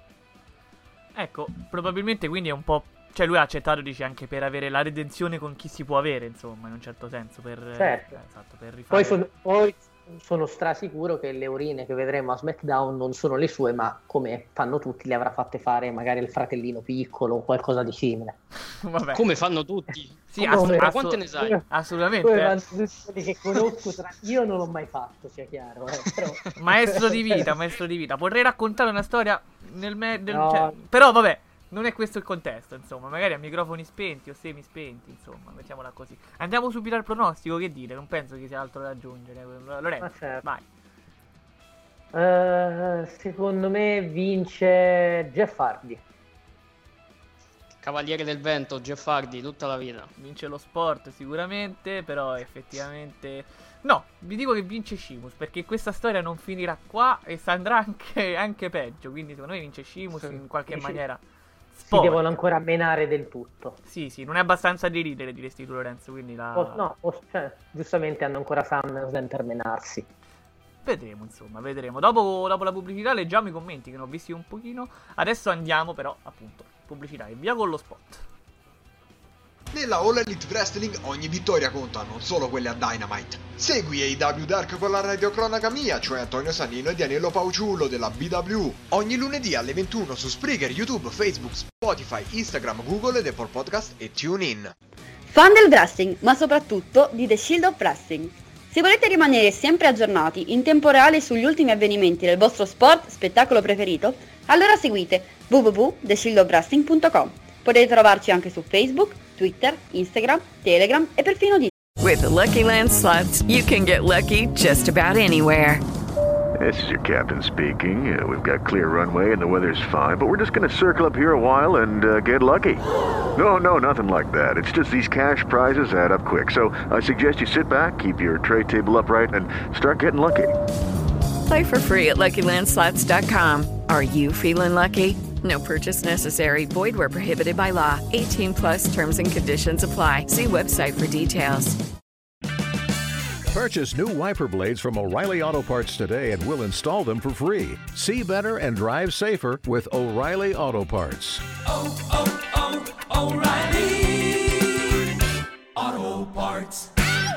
Ecco, probabilmente quindi è un po'... Cioè lui ha accettato, dice, anche per avere la redenzione con chi si può avere, insomma, in un certo senso, per, certo. Esatto, per rifare... Poi sono strasicuro che le urine che vedremo a SmackDown non sono le sue, ma come fanno tutti le avrà fatte fare magari il fratellino piccolo o qualcosa di simile. Vabbè. Come fanno tutti? Sì, ma quante ne sai? Assolutamente. Che conosco, io non l'ho mai fatto, sia chiaro. Però... maestro di vita. Potrei raccontare una storia No. cioè, però vabbè, non è questo il contesto, insomma. Magari a microfoni spenti o semi spenti, insomma, mettiamola così. Andiamo subito al pronostico, che dire? Non penso che sia altro da aggiungere. Lorenzo, certo. vai. Secondo me vince Jeff Hardy. Cavaliere del vento, Jeff Hardy, tutta la vita. Vince lo sport sicuramente, però effettivamente... No, vi dico che vince Sheamus, perché questa storia non finirà qua e andrà anche peggio. Quindi secondo me vince Sheamus in qualche maniera. Si devono ancora menare del tutto. Sì, non è abbastanza di ridere, diresti tu, Lorenzo, quindi giustamente hanno ancora SummerSlam per menarsi. Vedremo, insomma, vedremo. Dopo la pubblicità leggiamo i commenti, che ne ho visti un pochino. Adesso andiamo però, appunto, pubblicità e via con lo spot. Nella All Elite Wrestling ogni vittoria conta, non solo quelle a Dynamite. Segui AEW Dark con la radiocronaca mia, cioè Antonio Sanino e Daniele Pauciullo della BW. Ogni lunedì alle 21 su Spreaker, YouTube, Facebook, Spotify, Instagram, Google ed Apple Podcast e TuneIn. Fan del wrestling, ma soprattutto di The Shield of Wrestling. Se volete rimanere sempre aggiornati in tempo reale sugli ultimi avvenimenti del vostro sport, spettacolo preferito, allora seguite www.theshieldofwrestling.com. Potete trovarci anche su Facebook, Twitter, Instagram, Telegram e perfino di... With the Lucky Land Slots, you can get lucky just about anywhere. This is your captain speaking. We've got clear runway and the weather's fine, but we're just going to circle up here a while and get lucky. No, nothing like that. It's just these cash prizes add up quick. So I suggest you sit back, keep your tray table upright, and start getting lucky. Play for free at LuckyLandSlots.com. Are you feeling lucky? No purchase necessary. Void where prohibited by law. 18 plus terms and conditions apply. See website for details. Purchase new wiper blades from O'Reilly Auto Parts today and we'll install them for free. See better and drive safer with O'Reilly Auto Parts. O'Reilly Auto Parts.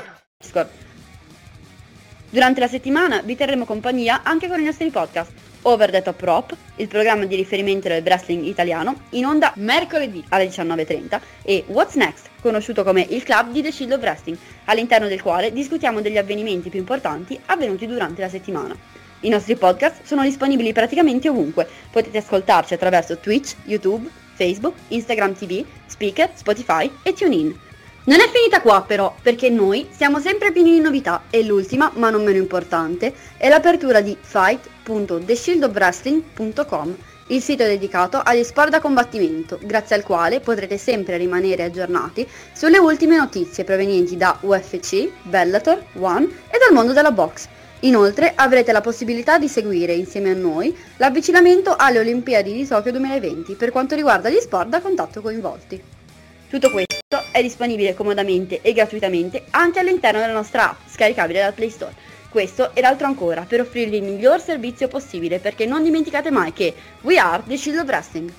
Durante la settimana vi terremo compagnia anche con i nostri podcast. Over the Top Rope, il programma di riferimento del wrestling italiano, in onda mercoledì alle 19:30, e What's Next, conosciuto come il club di The Shield of Wrestling, all'interno del quale discutiamo degli avvenimenti più importanti avvenuti durante la settimana. I nostri podcast sono disponibili praticamente ovunque, potete ascoltarci attraverso Twitch, YouTube, Facebook, Instagram TV, Spreaker, Spotify e TuneIn. Non è finita qua però, perché noi siamo sempre pieni di novità e l'ultima, ma non meno importante, è l'apertura di fight.theshieldofwrestling.com, il sito dedicato agli sport da combattimento, grazie al quale potrete sempre rimanere aggiornati sulle ultime notizie provenienti da UFC, Bellator, One e dal mondo della box. Inoltre avrete la possibilità di seguire insieme a noi l'avvicinamento alle Olimpiadi di Tokyo 2020 per quanto riguarda gli sport da contatto coinvolti. Tutto questo è è disponibile comodamente e gratuitamente anche all'interno della nostra app, scaricabile dal Play Store. Questo ed altro ancora per offrirvi il miglior servizio possibile, perché non dimenticate mai che we are the Shield of Wrestling.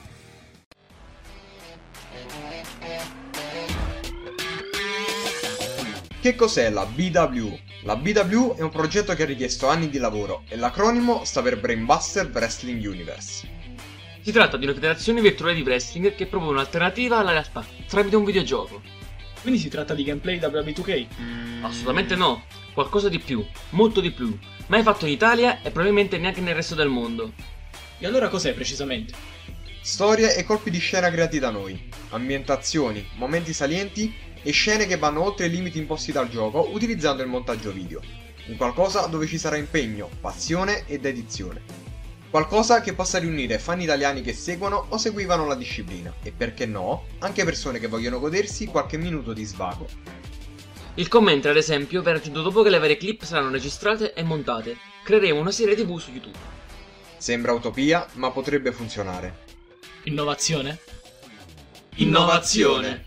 Che cos'è la BW? La BW è un progetto che ha richiesto anni di lavoro e l'acronimo sta per Brainbuster Wrestling Universe. Si tratta di una federazione virtuale di wrestling che propone un'alternativa alla realtà tramite un videogioco. Quindi si tratta di gameplay WWE2K? Assolutamente no, qualcosa di più, molto di più, mai fatto in Italia e probabilmente neanche nel resto del mondo. E allora cos'è precisamente? Storie e colpi di scena creati da noi, ambientazioni, momenti salienti e scene che vanno oltre i limiti imposti dal gioco utilizzando il montaggio video. Un qualcosa dove ci sarà impegno, passione e dedizione. Qualcosa che possa riunire fan italiani che seguono o seguivano la disciplina e, perché no, anche persone che vogliono godersi qualche minuto di svago. Il commento, ad esempio, verrà aggiunto dopo che le varie clip saranno registrate e montate. Creeremo una serie TV su YouTube. Sembra utopia, ma potrebbe funzionare. Innovazione? Innovazione!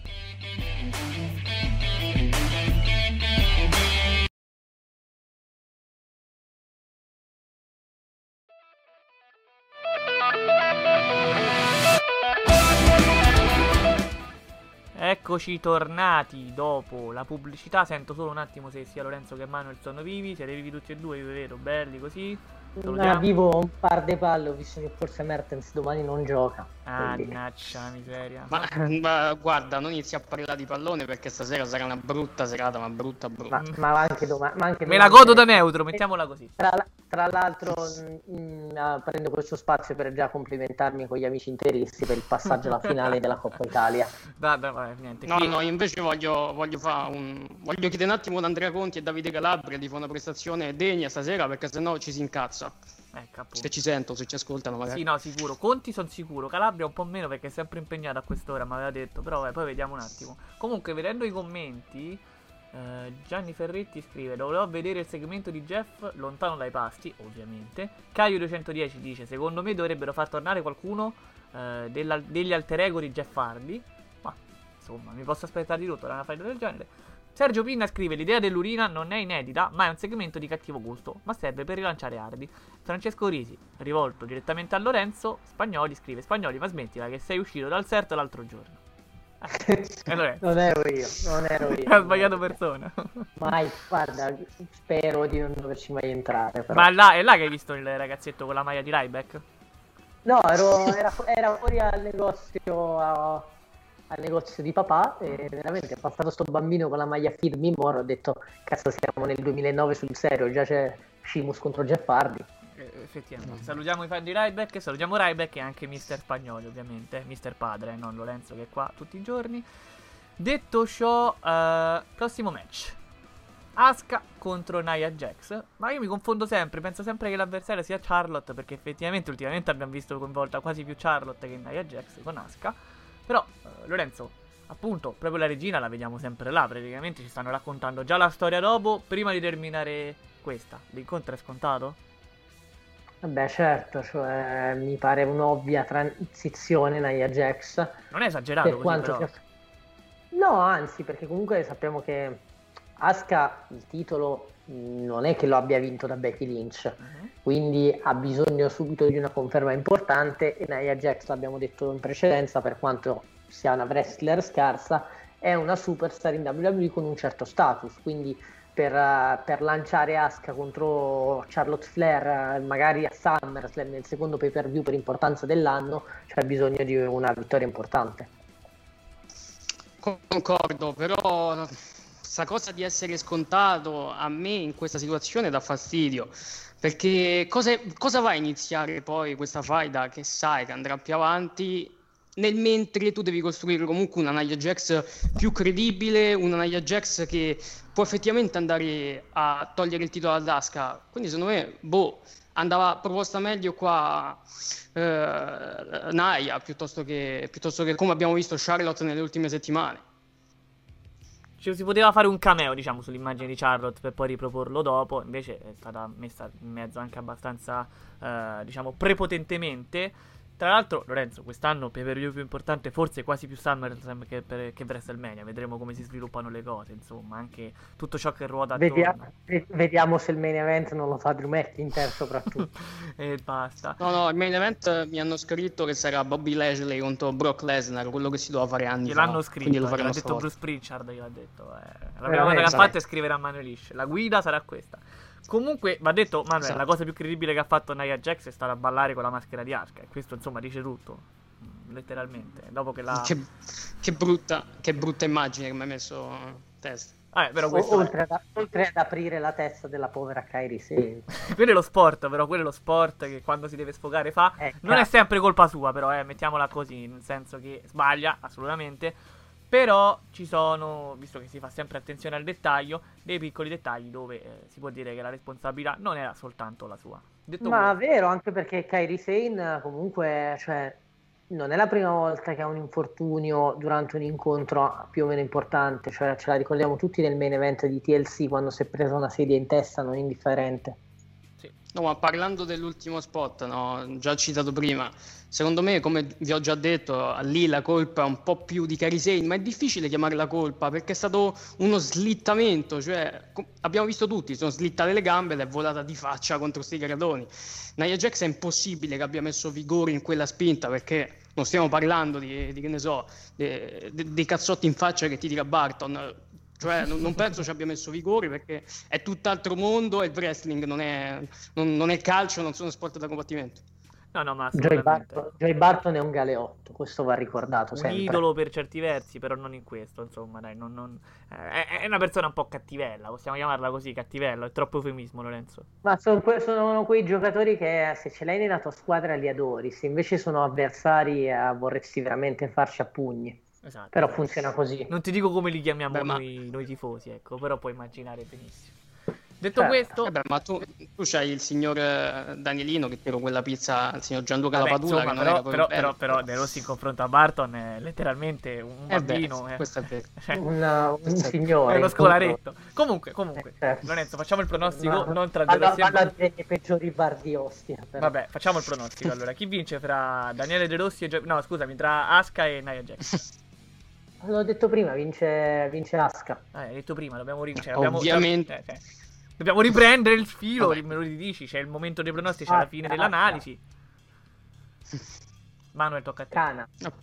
Eccoci tornati dopo la pubblicità. Sento solo un attimo se sia Lorenzo che Manuel sono vivi. Siete vivi tutti e due, io vi vedo belli così. Vivo un par de palle, ho visto che forse Mertens domani non gioca. Mannaggia miseria. Ma guarda, non inizi a parlare di pallone perché stasera sarà una brutta serata, ma brutta. Ma anche domani. Me la godo da neutro, mettiamola così. Tra l'altro prendo questo spazio per già complimentarmi con gli amici interisti per il passaggio alla finale della Coppa Italia. Vabbè, niente. No, io invece voglio chiedere un attimo ad Andrea Conti e Davide Calabria di fare una prestazione degna stasera, perché sennò ci si incazza. Se ci sento, se ci ascoltano magari. Sì, no, sicuro. Conti sono sicuro. Calabria un po' meno perché è sempre impegnato a quest'ora, mi aveva detto. Però poi vediamo un attimo. Comunque, vedendo i commenti, Gianni Ferretti scrive: dovrò vedere il segmento di Jeff lontano dai pasti, ovviamente. Caio 210 dice: secondo me dovrebbero far tornare qualcuno degli alter ego di Jeff Hardy. Ma insomma, mi posso aspettare di tutto da una fight del genere. Sergio Pinna scrive: l'idea dell'urina non è inedita, ma è un segmento di cattivo gusto, ma serve per rilanciare Hardy. Francesco Risi, rivolto direttamente a Lorenzo, Spagnoli scrive: Spagnoli, ma smettila che sei uscito dal CERT l'altro giorno. Non ero io. Ha sbagliato persona. Mai, guarda, spero di non doverci mai entrare. Però. Ma è là che hai visto il ragazzetto con la maglia di Ryback? No, era fuori al negozio di papà e veramente è passato sto bambino con la maglia Feed Me More. Ho detto, cazzo, siamo nel 2009 sul serio, già c'è Sheamus contro Jeff Hardy. Effettivamente. Salutiamo i fan di Ryback, salutiamo Ryback e anche Mister Spagnoli, ovviamente, Mister Padre, non Lorenzo che è qua tutti i giorni. Detto ciò, prossimo match, Asuka contro Nia Jax. Ma io mi confondo sempre, penso sempre che l'avversario sia Charlotte, perché effettivamente ultimamente abbiamo visto coinvolta quasi più Charlotte che Nia Jax con Asuka. Però Lorenzo, appunto, proprio la regina la vediamo sempre là, praticamente ci stanno raccontando già la storia dopo, prima di terminare questa. L'incontro è scontato? Vabbè, certo, cioè mi pare un'ovvia transizione Nia Jax. Non è esagerato così, però. No, anzi, perché comunque sappiamo che Asuka il titolo non è che lo abbia vinto da Becky Lynch, quindi ha bisogno subito di una conferma importante e Nia Jax, l'abbiamo detto in precedenza, per quanto sia una wrestler scarsa, è una superstar in WWE con un certo status, quindi per lanciare Asuka contro Charlotte Flair magari a SummerSlam nel secondo pay per view per importanza dell'anno c'è bisogno di una vittoria importante. Concordo, però questa cosa di essere scontato a me in questa situazione dà fastidio, perché cosa va a iniziare poi questa faida che sai che andrà più avanti, nel mentre tu devi costruire comunque una Nia Jax più credibile, una Nia Jax che può effettivamente andare a togliere il titolo ad Asuka. Quindi secondo me andava proposta meglio qua Nia piuttosto che come abbiamo visto Charlotte nelle ultime settimane. Cioè, si poteva fare un cameo, diciamo, sull'immagine di Charlotte per poi riproporlo dopo, invece è stata messa in mezzo anche abbastanza, diciamo, prepotentemente. Tra l'altro, Lorenzo, quest'anno pay-per-view più importante, forse quasi più SummerSlam che WrestleMania. Vedremo come si sviluppano le cose, insomma, anche tutto ciò che ruota attorno. Vediamo se il main event non lo fa Drew McIntyre soprattutto. E basta. No, il main event mi hanno scritto che sarà Bobby Lashley contro Brock Lesnar, quello che si doveva fare anni fa. Gliel'hanno scritto, gliel'ha detto Bruce Pritchard, gliel'ha detto. La prima cosa che ha fatto è scrivere a mano lisce. La guida sarà questa. Comunque, va detto, Manuel, esatto. La cosa più credibile che ha fatto Nia Jax è stata ballare con la maschera di Asuka. E questo, insomma, dice tutto. Letteralmente. Dopo che la... Che brutta immagine che mi hai messo in testa. Però questo oltre ad aprire la testa della povera Kairi Sane. quello è lo sport, però quello è lo sport che quando si deve sfogare fa. Non è sempre colpa sua, però, mettiamola così, nel senso che sbaglia, assolutamente. Però ci sono, visto che si fa sempre attenzione al dettaglio, dei piccoli dettagli dove si può dire che la responsabilità non era soltanto la sua. Ma vero, anche perché Kairi Sane comunque, cioè, non è la prima volta che ha un infortunio durante un incontro più o meno importante, cioè ce la ricordiamo tutti nel main event di TLC quando si è presa una sedia in testa non indifferente. No, ma parlando dell'ultimo spot, no, già citato prima, secondo me, come vi ho già detto, lì la colpa è un po' più di Kairi Sane, ma è difficile chiamarla colpa perché è stato uno slittamento, cioè abbiamo visto tutti, sono slittate le gambe ed è volata di faccia contro sti gradoni. Nia Jax è impossibile che abbia messo vigore in quella spinta perché non stiamo parlando di che ne so, dei cazzotti in faccia che ti tira Barton. Cioè, non penso ci abbia messo vigore perché è tutt'altro mondo e il wrestling non è calcio, non sono sport da combattimento. No, ma Joey Barton è un galeotto, questo va ricordato sempre. Un idolo per certi versi, però non in questo, insomma, dai, è una persona un po' cattivella, possiamo chiamarla così, cattivello, è troppo eufemismo, Lorenzo. Ma sono quei giocatori che se ce l'hai nella tua squadra li adori, se invece sono avversari vorresti veramente farci a pugni. Esatto, però funziona così. Non ti dico come li chiamiamo noi tifosi, ecco, però puoi immaginare benissimo. Detto questo, ma tu c'hai il signor Danielino che tiro quella pizza al signor Gianluca Lapadula, che non era proprio però De Rossi in confronto a Barton è letteralmente un bambino, questo è vero. Un signore, è uno scolaretto. Comunque, Lorenzo, facciamo il pronostico, non tra De Rossi e i peggiori bar di Ostia. Però. Vabbè, facciamo il pronostico allora. Chi vince fra Daniele De Rossi e tra Asuka e Nia Jax? L'ho detto prima, vince Asuka. Hai detto prima, dobbiamo vincere. Ovviamente. Dobbiamo riprendere il filo, me lo ridici, c'è il momento dei pronostici, c'è la fine dell'analisi. Manuel, tocca a te.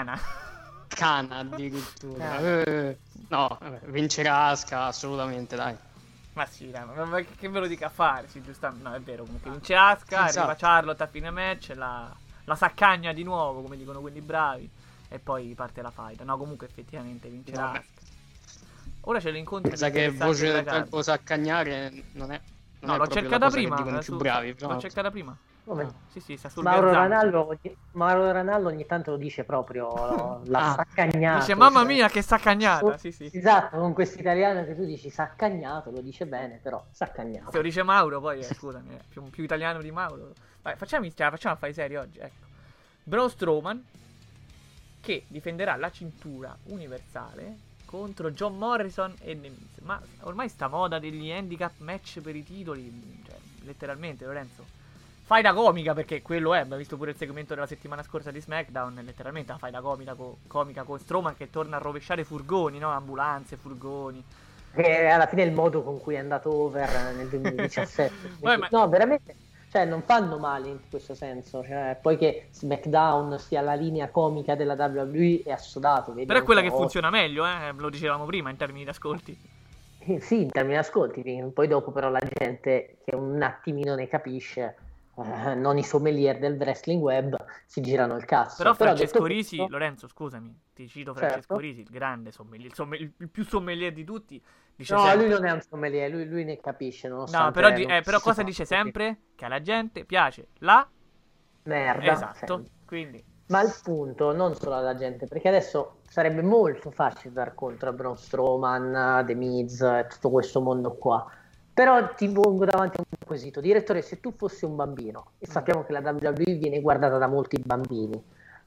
Cana addirittura. No, vincerà Asuka assolutamente, dai. Ma sì, dai, ma che ve lo dica a fare? Sì, giustamente. No, è vero, comunque vince Asuka, arriva Charlotte a fine match, la saccagna di nuovo, come dicono quelli bravi, e poi parte la fight. No, comunque effettivamente vincerà Asuka. Ora c'è l'incontro. Pensa che voce del tempo saccagnare non è l'ho cercata prima. Più bravi, l'ho cercata prima. Sì, sta sul Mauro Ranallo ogni tanto lo dice proprio la saccagnata. Dice mamma mia che saccagnata. Sì. Esatto, con questo italiano che tu dici saccagnato, lo dice bene, però saccagnato. Se lo dice Mauro poi scusami, è più italiano di Mauro. Vai, facciamo affari seri oggi, ecco. Braun Strowman che difenderà la cintura universale contro John Morrison e The Miz. Ma ormai sta moda degli handicap match per i titoli, cioè letteralmente, Lorenzo, fai da comica, perché quello è. Abbiamo visto pure il segmento della settimana scorsa di SmackDown, letteralmente fai da comica con Strowman che torna a rovesciare furgoni, no? Ambulanze, furgoni. Che alla fine è il modo con cui è andato over nel 2017. No, veramente, cioè non fanno male in questo senso, cioè, poi che SmackDown sia la linea comica della WWE è assodato. Però è quella che funziona meglio, lo dicevamo prima in termini di ascolti. Sì, in termini di ascolti, poi dopo però la gente che un attimino ne capisce, non i sommelier del wrestling web, si girano il cazzo. Però Francesco Risi, Lorenzo, scusami, ti cito Francesco Risi, il grande sommelier, il più sommelier di tutti. Dice no, lui non è un sommelier, lui ne capisce. No, però cosa dice sempre? Che alla gente piace la merda. Esatto, quindi. Ma il punto non solo alla gente, perché adesso sarebbe molto facile dar contro a Braun Strowman, The Miz e tutto questo mondo qua. Però ti pongo davanti a un quesito. Direttore, se tu fossi un bambino, e sappiamo che la WWE viene guardata da molti bambini,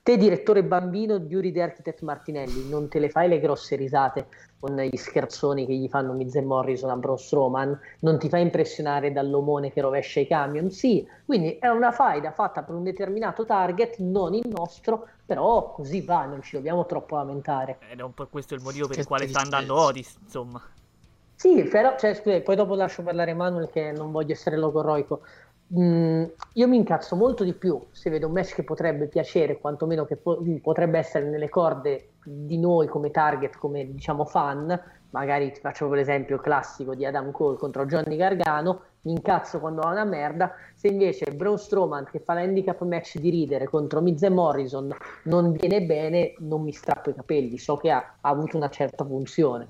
Te direttore bambino di Yuri the Architect Martinelli, non te le fai le grosse risate con gli scherzoni che gli fanno Miz e Morrison a Braun Strowman? Non ti fai impressionare dall'omone che rovescia i camion? Sì, quindi è una faida fatta per un determinato target, non il nostro, però così va, non ci dobbiamo troppo lamentare. Ed è un po' questo il motivo per il quale sta andando Otis, insomma. Sì, però, cioè, scusa, poi dopo lascio parlare Manuel, che non voglio essere logorroico. Io mi incazzo molto di più se vedo un match che potrebbe piacere, quantomeno che potrebbe essere nelle corde di noi come target, come diciamo fan. Magari ti faccio l'esempio classico di Adam Cole contro Johnny Gargano. Mi incazzo quando ha una merda. Se invece Braun Strowman che fa l'handicap match di ridere contro Miz e Morrison non viene bene, non mi strappo i capelli, so che ha avuto una certa funzione.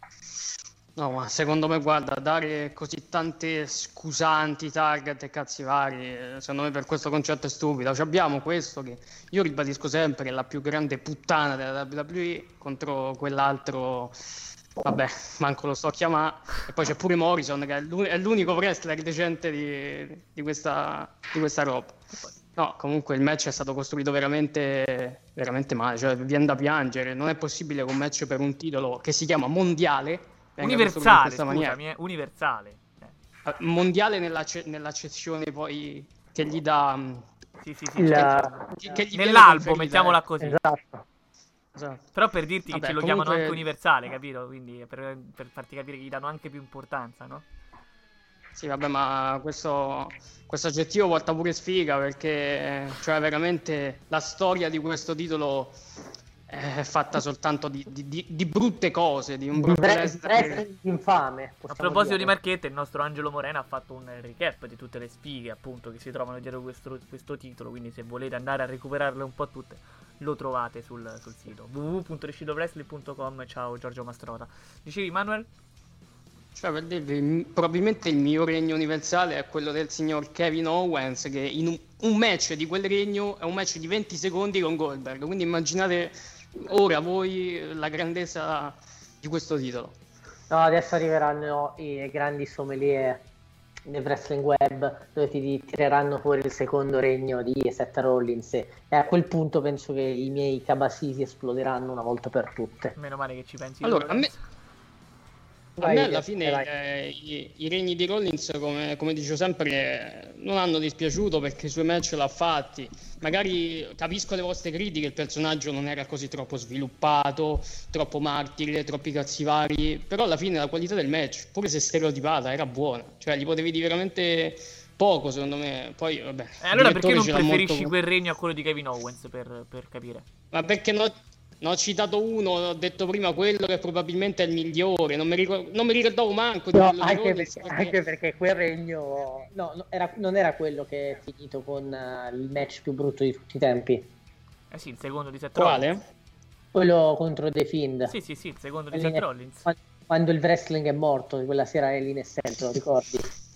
No, ma secondo me, guarda, dare così tante scusanti, target e cazzi vari, secondo me per questo concetto è stupido. Cioè, abbiamo questo che io ribadisco sempre è la più grande puttana della WWE contro quell'altro, vabbè, manco lo so chiamare, e poi c'è pure Morrison che è l'unico wrestler decente di questa roba. No, comunque il match è stato costruito veramente, veramente male, cioè viene da piangere. Non è possibile che un match per un titolo che si chiama mondiale, universale, scusami, universale. Mondiale nell'accezione poi che gli dà che gli nell'albo, mettiamola così. Esatto. Però per dirti che ce lo chiamano comunque... anche universale, capito? Quindi per farti capire che gli danno anche più importanza, no? Sì, vabbè, ma questo aggettivo porta pure sfiga, perché cioè veramente la storia di questo titolo è fatta soltanto di brutte cose, di un brutto infame. A proposito di marchette, il nostro Angelo Morena ha fatto un recap di tutte le sfighe appunto che si trovano dietro questo titolo, quindi se volete andare a recuperarle un po' tutte lo trovate sul sito www.reshildowrestling.com. Ciao Giorgio Mastrota. Dicevi, Manuel? Cioè, per dirvi, probabilmente il mio regno universale è quello del signor Kevin Owens, che in un match di quel regno è un match di 20 secondi con Goldberg, quindi immaginate ora voi la grandezza di questo titolo. No, adesso arriveranno i grandi sommelier nel wrestling web, dove ti tireranno fuori il secondo regno di Seth Rollins, e a quel punto penso che i miei cabasisi esploderanno una volta per tutte. Meno male che ci pensi. Allora, a me alla fine i regni di Rollins, come dicevo sempre, non hanno dispiaciuto perché i suoi match l'ha fatti. Magari capisco le vostre critiche, il personaggio non era così troppo sviluppato, troppo martire, troppi cazzi vari, però alla fine la qualità del match, pure se stereotipata, era buona. Cioè gli potevi dire veramente poco, secondo me. Poi vabbè. Allora perché non preferisci quel regno a quello di Kevin Owens, per capire? Ma perché no? Ne ho citato uno, ho detto prima quello che probabilmente è il migliore, non mi ricordavo manco di quello di Rollins, anche perché quel regno non era quello che è finito con il match più brutto di tutti i tempi. Sì, il secondo di Seth Rollins. Quale? Quello contro The Fiend. Sì, il secondo di Seth Rollins. Quando il wrestling è morto, quella sera è lì in essenza, lo ricordi?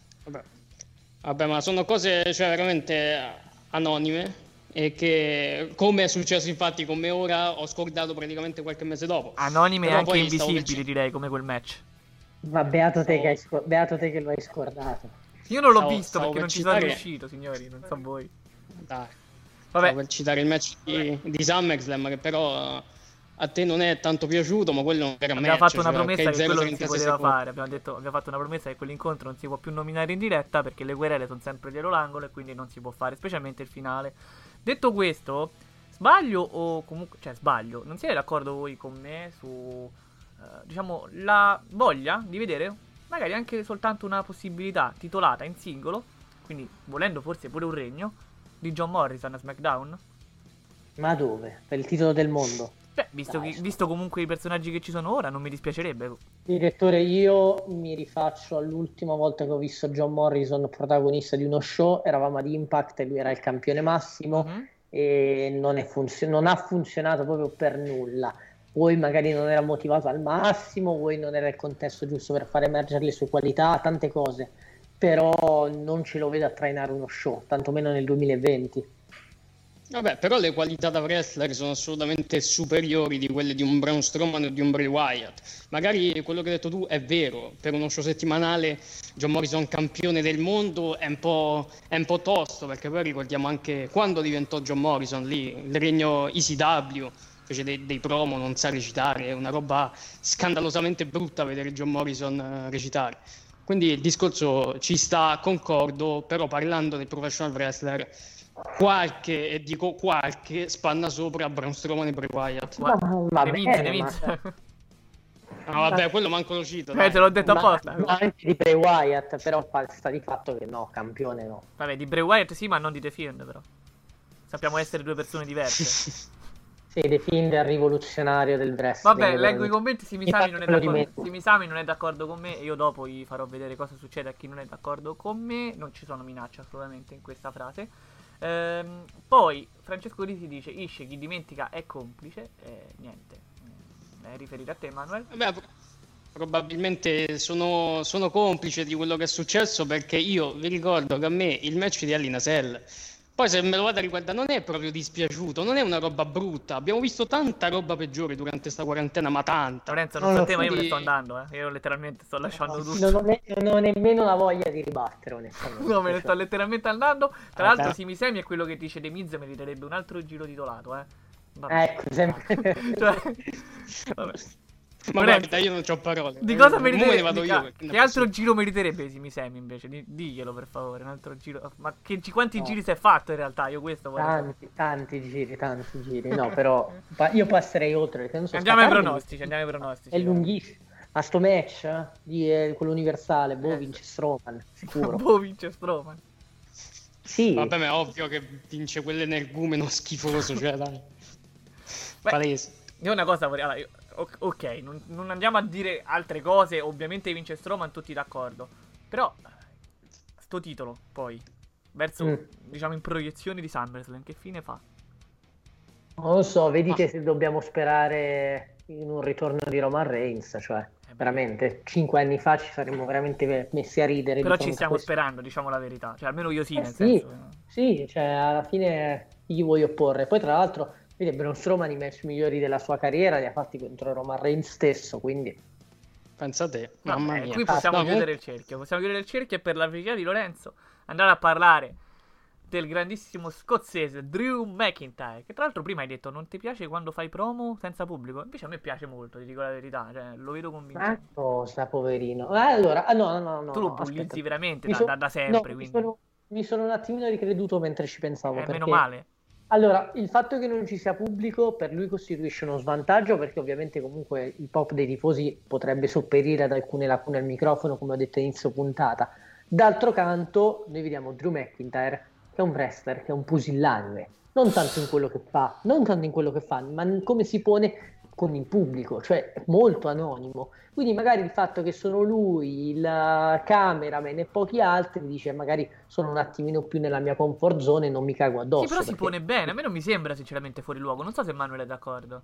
Vabbè, ma sono cose cioè veramente anonime, e che, come è successo infatti con me ora, ho scordato praticamente qualche mese dopo. Anonime e anche invisibili, direi, come quel match. Ma beato te che lo hai scordato. Io non l'ho visto perché non ci sono riuscito, signori, non so voi. Dai. Vabbè. Per citare il match di SummerSlam, che però a te non è tanto piaciuto, ma quello non era match. Abbiamo fatto una promessa che quello non si poteva secondi. fare. Abbiamo fatto una promessa che quell'incontro non si può più nominare in diretta, perché le querele sono sempre dietro l'angolo e quindi non si può fare, specialmente il finale. Detto questo, sbaglio o comunque, cioè sbaglio, non siete d'accordo voi con me su, diciamo, la voglia di vedere magari anche soltanto una possibilità titolata in singolo, quindi volendo forse pure un regno, di John Morrison a SmackDown? Ma dove? Per il titolo del mondo? Beh, visto comunque i personaggi che ci sono ora, non mi dispiacerebbe. Direttore, io mi rifaccio all'ultima volta che ho visto John Morrison protagonista di uno show, eravamo ad Impact e lui era il campione massimo, e non ha funzionato proprio per nulla. Vuoi magari non era motivato al massimo, vuoi non era il contesto giusto per far emergere le sue qualità, tante cose, però non ce lo vedo a trainare uno show, tantomeno nel 2020. Vabbè, però le qualità da wrestler sono assolutamente superiori di quelle di un Braun Strowman o di un Bray Wyatt. Magari quello che hai detto tu è vero, per uno show settimanale John Morrison campione del mondo è un po' tosto, perché poi ricordiamo anche quando diventò John Morrison lì, il regno ECW, fece dei promo, non sa recitare, è una roba scandalosamente brutta vedere John Morrison recitare. Quindi il discorso ci sta, concordo, però parlando del professional wrestler qualche, e dico qualche, spanna sopra Braun Strowman e Bray Wyatt. No, vabbè, quello manco lo cito. Te l'ho detto apposta. Ma anche di Bray Wyatt, però sta di fatto che no, campione no. Vabbè, di Bray Wyatt sì, ma non di The Fiend, però. Sappiamo essere due persone diverse. Sì, The Fiend è il rivoluzionario del wrestling. Vabbè, leggo i commenti, Simisami non è d'accordo. Simisami non è d'accordo con me e io dopo gli farò vedere cosa succede a chi non è d'accordo con me. Non ci sono minacce assolutamente in questa frase. Poi Francesco Risi dice: Isce, chi dimentica è complice. Niente, riferire a te, Manuel? Beh, probabilmente sono complice di quello che è successo, perché io vi ricordo che a me il match di Hell in a Cell, poi se me lo vado a riguardare, non è proprio dispiaciuto, non è una roba brutta. Abbiamo visto tanta roba peggiore durante sta quarantena, ma tanta. Lorenzo, non so te, ma io me ne sto andando, Io letteralmente sto lasciando tutto. Non ho nemmeno la voglia di ribattere, onestamente. No, me ne sto letteralmente andando. Tra l'altro, Simisemi è quello che dice De Miz meriterebbe un altro giro titolato, Vabbè. Ecco, sempre. Vabbè. Ma guarda, io non c'ho parole. Di cosa meriterebbe? Vado io, che altro giro meriterebbe Simisemi invece? Diglielo per favore, un altro giro. Ma quanti giri si è fatto in realtà? Io questo vorrei. Tanti giri. No, però io passerei oltre, perché non so. Andiamo ai pronostici. È lunghissimo. Ma sto match di quello universale, vince Strowman, sicuro. Vince Strowman. Sì. Vabbè, ma è ovvio che vince quell'energumeno schifoso, cioè dai. Palese. Io una cosa vorrei... Allora, ok, non andiamo a dire altre cose. Ovviamente vince Strowman, tutti d'accordo. Però sto titolo poi verso diciamo in proiezioni di SummerSlam, che fine fa? Non lo so, vedi che se dobbiamo sperare in un ritorno di Roman Reigns, cioè veramente 5 anni fa ci saremmo veramente messi a ridere. Però ci stiamo sperando, diciamo la verità, cioè almeno io sì, nel senso. Sì, cioè alla fine gli vuoi opporre. Poi tra l'altro vedi, Braun Strowman i match migliori della sua carriera li ha fatti contro Roman Reigns stesso, quindi pensa te, mamma mia. Qui possiamo chiudere il cerchio. Possiamo chiudere il cerchio e per la felicità di Lorenzo andare a parlare del grandissimo scozzese Drew McIntyre, che tra l'altro prima hai detto non ti piace quando fai promo senza pubblico. Invece a me piace molto, ti dico la verità, cioè lo vedo convincente. Ma cosa, poverino. Allora, no. Tu lo bullizzi veramente da sempre, quindi. Mi sono un attimino ricreduto mentre ci pensavo. Perché... Meno male. Allora, il fatto che non ci sia pubblico per lui costituisce uno svantaggio, perché ovviamente comunque il pop dei tifosi potrebbe sopperire ad alcune lacune al microfono, come ho detto all'inizio puntata. D'altro canto, noi vediamo Drew McIntyre, che è un wrestler, che è un pusillanime, non tanto in quello che fa, ma come si pone con il pubblico, cioè molto anonimo. Quindi magari il fatto che sono lui, il cameraman e pochi altri, dice magari sono un attimino più nella mia comfort zone e non mi cago addosso. Sì, però si pone bene, a me non mi sembra sinceramente fuori luogo, non so se Manuel è d'accordo.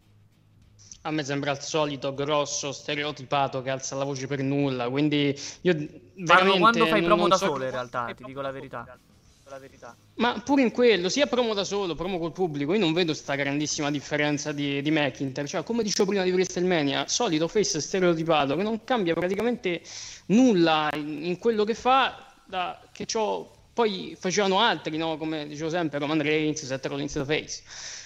A me sembra il solito grosso stereotipato che alza la voce per nulla, quindi io veramente quando fai promo da solo in realtà, ti dico la verità. Ma pure in quello, sia promo da solo, promo col pubblico, io non vedo sta grandissima differenza di McIntyre. Cioè, come dicevo prima di WrestleMania, solito face stereotipato che non cambia praticamente nulla in quello che fa, poi facevano altri, no? Come dicevo sempre, Roman Reigns, Seth Rollins the face.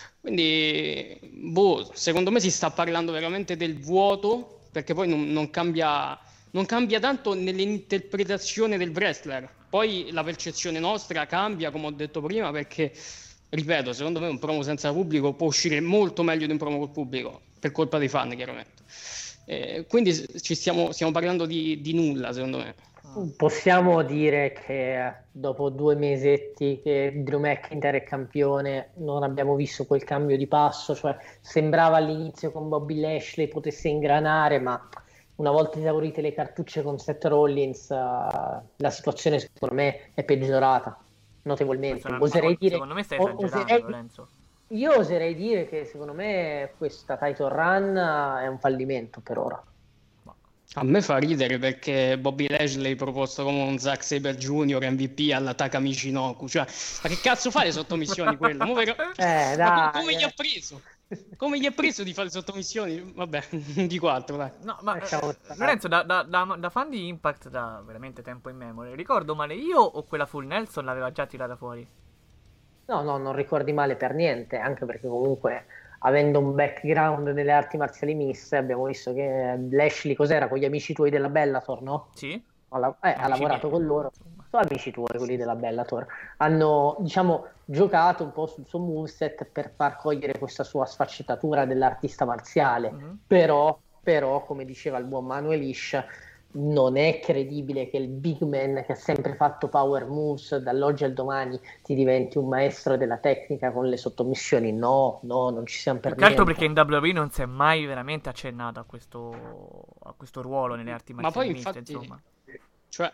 Quindi, secondo me si sta parlando veramente del vuoto, perché poi non cambia tanto nell'interpretazione del wrestler. Poi la percezione nostra cambia, come ho detto prima, perché, ripeto, secondo me un promo senza pubblico può uscire molto meglio di un promo col pubblico, per colpa dei fan, chiaramente. Quindi stiamo parlando di nulla, secondo me. Possiamo dire che dopo 2 mesetti che Drew McIntyre è campione non abbiamo visto quel cambio di passo, cioè sembrava all'inizio con Bobby Lashley potesse ingranare, ma una volta esaurite le cartucce con Seth Rollins, la situazione secondo me è peggiorata notevolmente. Secondo me stai esagerando, Lorenzo. Io oserei dire che secondo me questa title run è un fallimento per ora. A me fa ridere perché Bobby Lashley proposto come un Zack Sabre Jr. MVP alla Taka Michinoku. Cioè, ma che cazzo fa le sottomissioni quello? Dai. Come gli ha preso? Come gli ha preso di fare sottomissioni? Vabbè, di 4, dai. No, ma Lorenzo, da fan di Impact da veramente tempo in memoria, ricordo male io o quella Full Nelson l'aveva già tirata fuori? No, non ricordi male per niente, anche perché comunque avendo un background nelle arti marziali miste abbiamo visto che Lashley cos'era con gli amici tuoi della Bellator, no? Sì. Ha lavorato con loro. Sono amici tuoi quelli della Bellator. Hanno, diciamo, giocato un po' sul suo moveset per far cogliere questa sua sfaccettatura dell'artista marziale. Però, come diceva il buon Manuel Ish, non è credibile che il big man che ha sempre fatto power moves dall'oggi al domani ti diventi un maestro della tecnica con le sottomissioni. No, non ci siamo per niente. Più che altro perché in WWE non si è mai veramente accennato a questo ruolo nelle arti marziali miste, infatti, insomma. Cioè,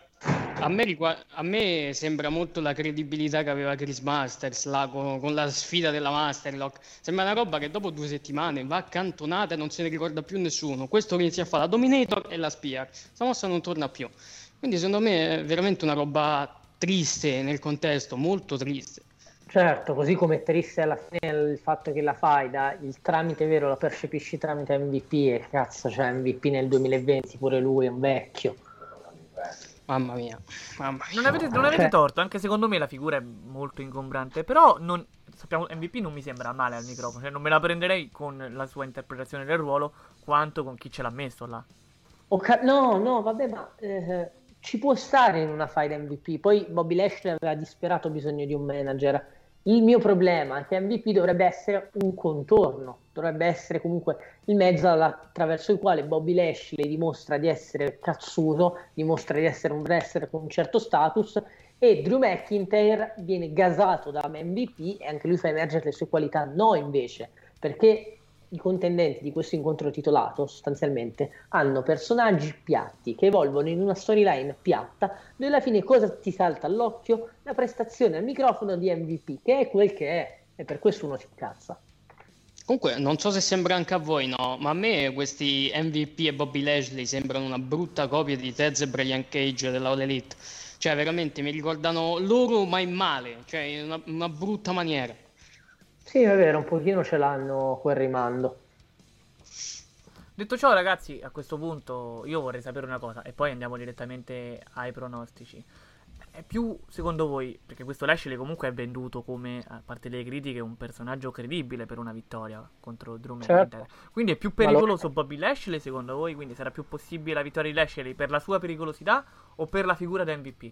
a me sembra molto la credibilità che aveva Chris Masters là con la sfida della Masterlock. Sembra una roba che dopo 2 settimane va accantonata e non se ne ricorda più nessuno. Questo che inizia a fare la Dominator e la Spear. Sta mossa non torna più. Quindi secondo me è veramente una roba triste nel contesto, molto triste. Certo, così come è triste alla fine il fatto che la faida, il tramite vero la percepisci tramite MVP e cazzo, cioè MVP nel 2020 pure lui è un vecchio. Mamma mia. Non avete torto, anche secondo me la figura è molto ingombrante, però sappiamo, MVP non mi sembra male al microfono, cioè non me la prenderei con la sua interpretazione del ruolo quanto con chi ce l'ha messo là. No, vabbè, ma ci può stare in una faida MVP. Poi Bobby Lashley aveva disperato bisogno di un manager. Il mio problema è che MVP dovrebbe essere un contorno, dovrebbe essere comunque il mezzo attraverso il quale Bobby Lashley dimostra di essere cazzuto, dimostra di essere un wrestler con un certo status, e Drew McIntyre viene gasato da MVP e anche lui fa emergere le sue qualità. No, invece, perché i contendenti di questo incontro titolato sostanzialmente hanno personaggi piatti che evolvono in una storyline piatta, dove alla fine cosa ti salta all'occhio? La prestazione al microfono di MVP, che è quel che è, e per questo uno si incazza. Comunque non so se sembra anche a voi, no, ma a me questi MVP e Bobby Lashley sembrano una brutta copia di Tez e Brian Cage della All Elite. Cioè veramente mi ricordano loro, ma in male, cioè in una brutta maniera. Sì, è vero, un pochino ce l'hanno quel rimando. Detto ciò, ragazzi, a questo punto io vorrei sapere una cosa e poi andiamo direttamente ai pronostici. È più, secondo voi, perché questo Lashley comunque è venduto come, a parte le critiche, un personaggio credibile per una vittoria contro Drew McIntyre. Quindi è più pericoloso Bobby Lashley, secondo voi? Quindi sarà più possibile la vittoria di Lashley per la sua pericolosità o per la figura da MVP?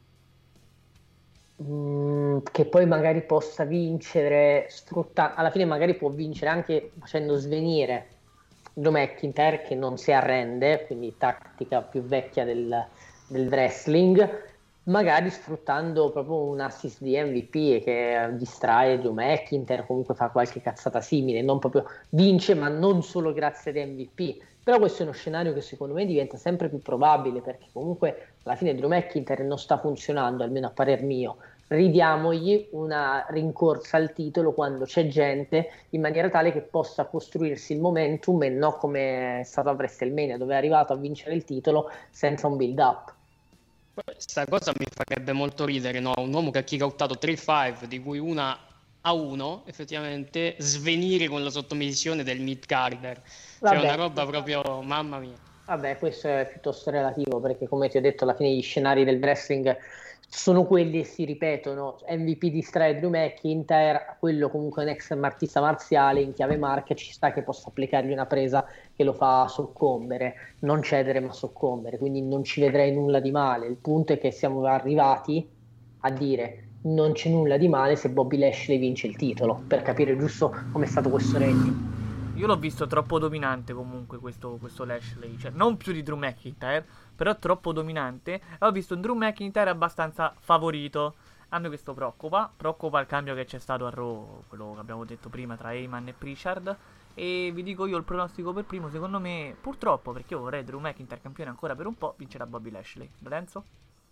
Che poi magari possa vincere alla fine magari può vincere anche facendo svenire Drew McIntyre, che non si arrende, quindi tattica più vecchia del wrestling, magari sfruttando proprio un assist di MVP che distrae Drew McIntyre, comunque fa qualche cazzata simile, non proprio vince, ma non solo grazie ad MVP. Però questo è uno scenario che secondo me diventa sempre più probabile, perché comunque alla fine Drew McIntyre non sta funzionando, almeno a parer mio. Ridiamogli una rincorsa al titolo quando c'è gente, in maniera tale che possa costruirsi il momentum e non come è stato a WrestleMania, dove è arrivato a vincere il titolo senza un build up. Questa cosa mi farebbe molto ridere, no? Un uomo che ha kickoutato 3-5, di cui una a 1, effettivamente svenire con la sottomissione del mid-carder. Cioè una roba proprio, mamma mia. Vabbè, questo è piuttosto relativo, perché come ti ho detto, alla fine gli scenari del wrestling sono quelli e si ripetono. MVP distrae Drew McIntyre, quello comunque è un ex artista marziale in chiave marca, ci sta che possa applicargli una presa che lo fa soccombere, non cedere ma soccombere, quindi non ci vedrei nulla di male. Il punto è che siamo arrivati a dire non c'è nulla di male se Bobby Lashley vince il titolo, per capire giusto come è stato questo regno. Io l'ho visto troppo dominante comunque questo Lashley, cioè non più di Drew McIntyre, però troppo dominante. Ho visto un Drew McIntyre abbastanza favorito. A me questo preoccupa il cambio che c'è stato a Raw, quello che abbiamo detto prima tra Heyman e Pritchard. E vi dico io il pronostico per primo, secondo me, purtroppo, perché io vorrei Drew McIntyre campione ancora per un po', vincerà Bobby Lashley. Lorenzo?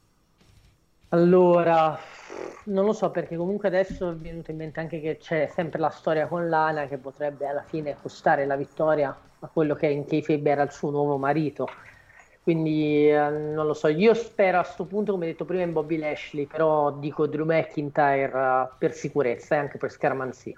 Allora, non lo so, perché comunque adesso è venuto in mente anche che c'è sempre la storia con Lana che potrebbe alla fine costare la vittoria a quello che in kayfabe era il suo nuovo marito. Quindi non lo so, io spero a sto punto, come detto prima, in Bobby Lashley, però dico Drew McIntyre per sicurezza e anche per scaramanzia.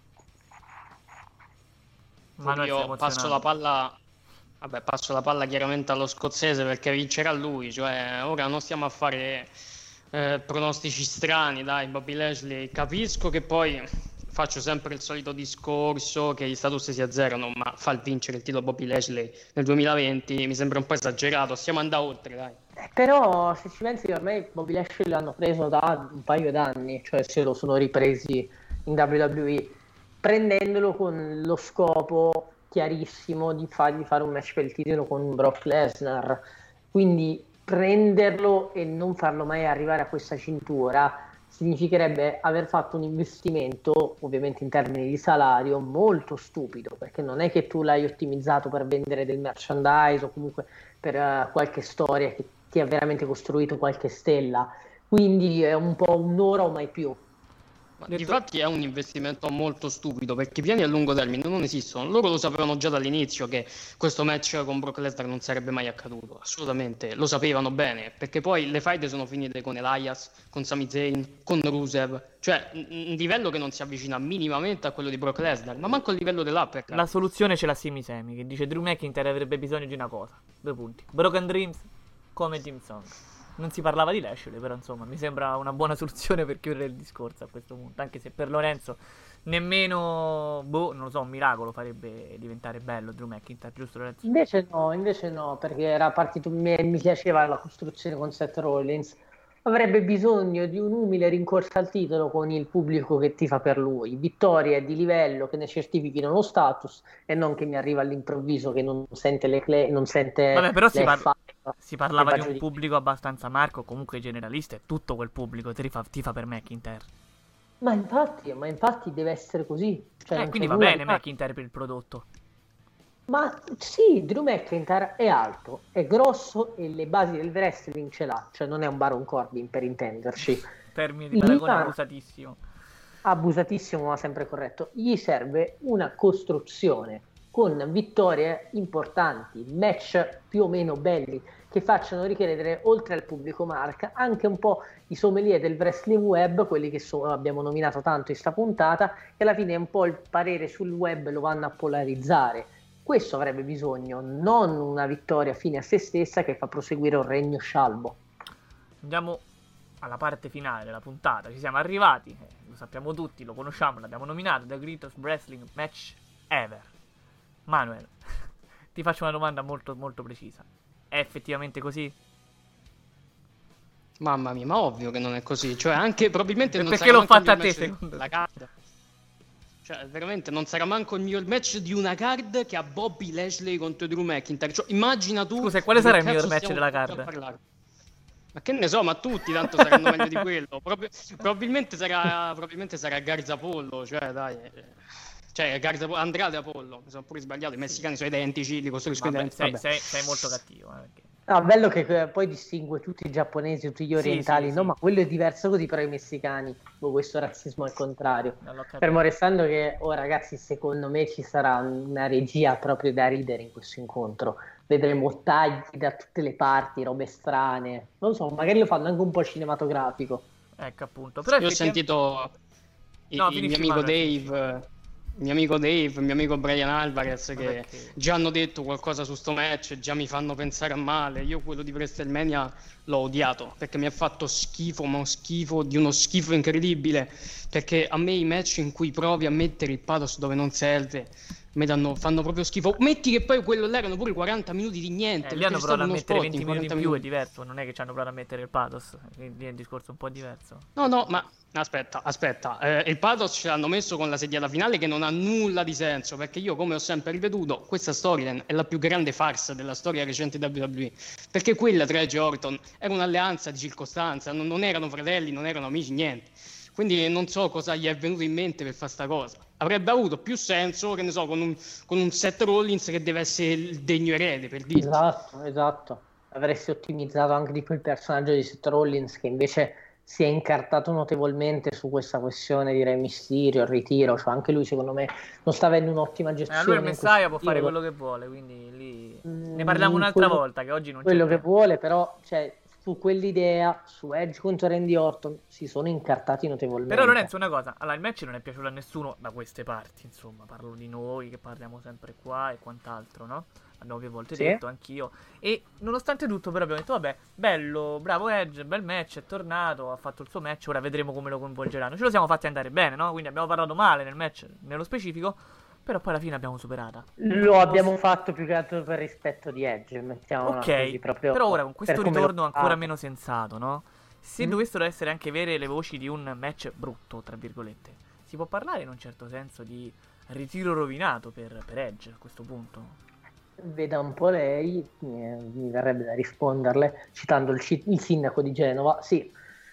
Io passo la palla. Vabbè, passo la palla chiaramente allo scozzese perché vincerà lui, cioè ora non stiamo a fare pronostici strani, dai, Bobby Lashley, capisco che poi faccio sempre il solito discorso che gli status si azzerano, ma far vincere il titolo Bobby Lashley nel 2020 mi sembra un po' esagerato, stiamo andando oltre, dai. Però se ci pensi ormai Bobby Lashley l'hanno preso da un paio d'anni, cioè se lo sono ripresi in WWE, prendendolo con lo scopo chiarissimo di fargli fare un match per il titolo con Brock Lesnar, quindi prenderlo e non farlo mai arrivare a questa cintura significherebbe aver fatto un investimento, ovviamente in termini di salario, molto stupido, perché non è che tu l'hai ottimizzato per vendere del merchandise o comunque per qualche storia che ti ha veramente costruito qualche stella, quindi è un po' un'ora o mai più. Difatti è un investimento molto stupido perché i piani a lungo termine non esistono. Loro lo sapevano già dall'inizio che questo match con Brock Lesnar non sarebbe mai accaduto, assolutamente, lo sapevano bene, perché poi le faide sono finite con Elias, con Sami Zayn, con Rusev, cioè un livello che non si avvicina minimamente a quello di Brock Lesnar, ma manco al livello dell'Uppercut. La soluzione ce l'ha Sami, che dice Drew McIntyre avrebbe bisogno di una cosa, 2 punti, Broken Dreams come Team Song. Non si parlava di Lashley, però insomma mi sembra una buona soluzione per chiudere il discorso a questo punto, anche se per Lorenzo nemmeno, non lo so, un miracolo farebbe diventare bello Drew McIntyre, giusto Lorenzo? Invece no, perché era partito, mi piaceva la costruzione con Seth Rollins, avrebbe bisogno di un'umile rincorsa al titolo con il pubblico che tifa per lui, vittorie di livello che ne certifichino lo status e non che mi arriva all'improvviso che non sente non sente. Vabbè, però si parlava di un pubblico abbastanza marco, comunque generalista, e tutto quel pubblico tifa per McIntyre. Ma infatti deve essere così. Cioè, quindi va bene McIntyre per il prodotto. Ma sì, Drew McIntyre è alto, è grosso e le basi del wrestling ce l'ha, cioè non è un Baron Corbin per intenderci. Termine di paragone abusatissimo. Abusatissimo ma sempre corretto. Gli serve una costruzione con vittorie importanti, match più o meno belli che facciano ricredere oltre al pubblico marca anche un po' i sommelier del wrestling web, quelli che abbiamo nominato tanto in sta puntata, che alla fine un po' il parere sul web lo vanno a polarizzare. Questo avrebbe bisogno, non una vittoria fine a se stessa che fa proseguire un regno scialbo. Andiamo alla parte finale della puntata, ci siamo arrivati, lo sappiamo tutti, lo conosciamo, l'abbiamo nominato, The Greatest Wrestling Match Ever. Manuel, ti faccio una domanda molto molto precisa, è effettivamente così? Mamma mia, ma ovvio che non è così, cioè anche probabilmente non perché l'ho fatta a te secondo la card. Cioè, veramente non sarà manco il miglior match di una card che ha Bobby Lashley contro Drew McIntyre. Cioè, immagina tu. Scusa, quale sarà il miglior match della card? Ma che ne so, ma tutti tanto saranno meglio di quello. Probabilmente sarà Garza Apollo, cioè dai. Cioè, Andrade Apollo. Mi sono pure sbagliato. I messicani sono identici, li costruisco identici. Sei molto cattivo, perché... No, bello che poi distingue tutti i giapponesi, tutti gli orientali, sì. Ma quello è diverso così, però i messicani, questo razzismo al contrario. Fermo restando che, ragazzi, secondo me ci sarà una regia proprio da ridere in questo incontro. Vedremo tagli da tutte le parti, robe strane, non lo so, magari lo fanno anche un po' cinematografico. Ecco, appunto. Però io ho sentito il mio amico Dave... Il mio amico Brian Alvarez che già hanno detto qualcosa su sto match, già mi fanno pensare a male. Io quello di WrestleMania l'ho odiato perché mi ha fatto schifo, ma uno schifo incredibile, perché a me i match in cui provi a mettere il pathos dove non serve fanno proprio schifo. Metti che poi quello là erano pure 40 minuti di niente. Lì hanno provato a mettere 20 minuti in più, è diverso. Non è che ci hanno provato a mettere il pathos, quindi è un discorso un po' diverso. No, ma aspetta. Il pathos ce l'hanno messo con la sediata finale che non ha nulla di senso, perché io, come ho sempre ripetuto, questa storyline è la più grande farsa della storia recente WWE, perché quella tra Edge e Orton era un'alleanza di circostanza, non erano fratelli, non erano amici, niente. Quindi non so cosa gli è venuto in mente per fare sta cosa. Avrebbe avuto più senso, che ne so, con un Seth Rollins che deve essere il degno erede, per dire. Esatto. Avresti ottimizzato anche di quel personaggio di Seth Rollins che invece si è incartato notevolmente su questa questione di Re Mysterio, il ritiro, cioè anche lui secondo me non sta avendo un'ottima gestione. Allora il in Messiah questo può fare periodo. quello che vuole, quindi lì ne parliamo un'altra volta, che oggi non c'è Quello che tempo. vuole, però cioè, su quell'idea, su Edge contro Randy Orton, si sono incartati notevolmente. Però Lorenzo, una cosa, allora il match non è piaciuto a nessuno da queste parti, insomma, parlo di noi che parliamo sempre qua e quant'altro, no? Abbiamo più volte Sì. detto, anch'io. E nonostante tutto però abbiamo detto, vabbè, bello, bravo Edge, bel match, è tornato, ha fatto il suo match, ora vedremo come lo coinvolgeranno. Ce lo siamo fatti andare bene, no? Quindi abbiamo parlato male nel match, nello specifico, però poi alla fine l'abbiamo superata. Lo abbiamo fatto più che altro per rispetto di Edge, mettiamola così, Ok, proprio però ora con questo per come lo ritorno ancora fa. meno sensato, no? Se dovessero essere anche vere le voci di un match brutto, tra virgolette, si può parlare in un certo senso di ritiro rovinato per Edge a questo punto? Veda un po' lei, mi verrebbe da risponderle citando il sindaco di Genova. Sì,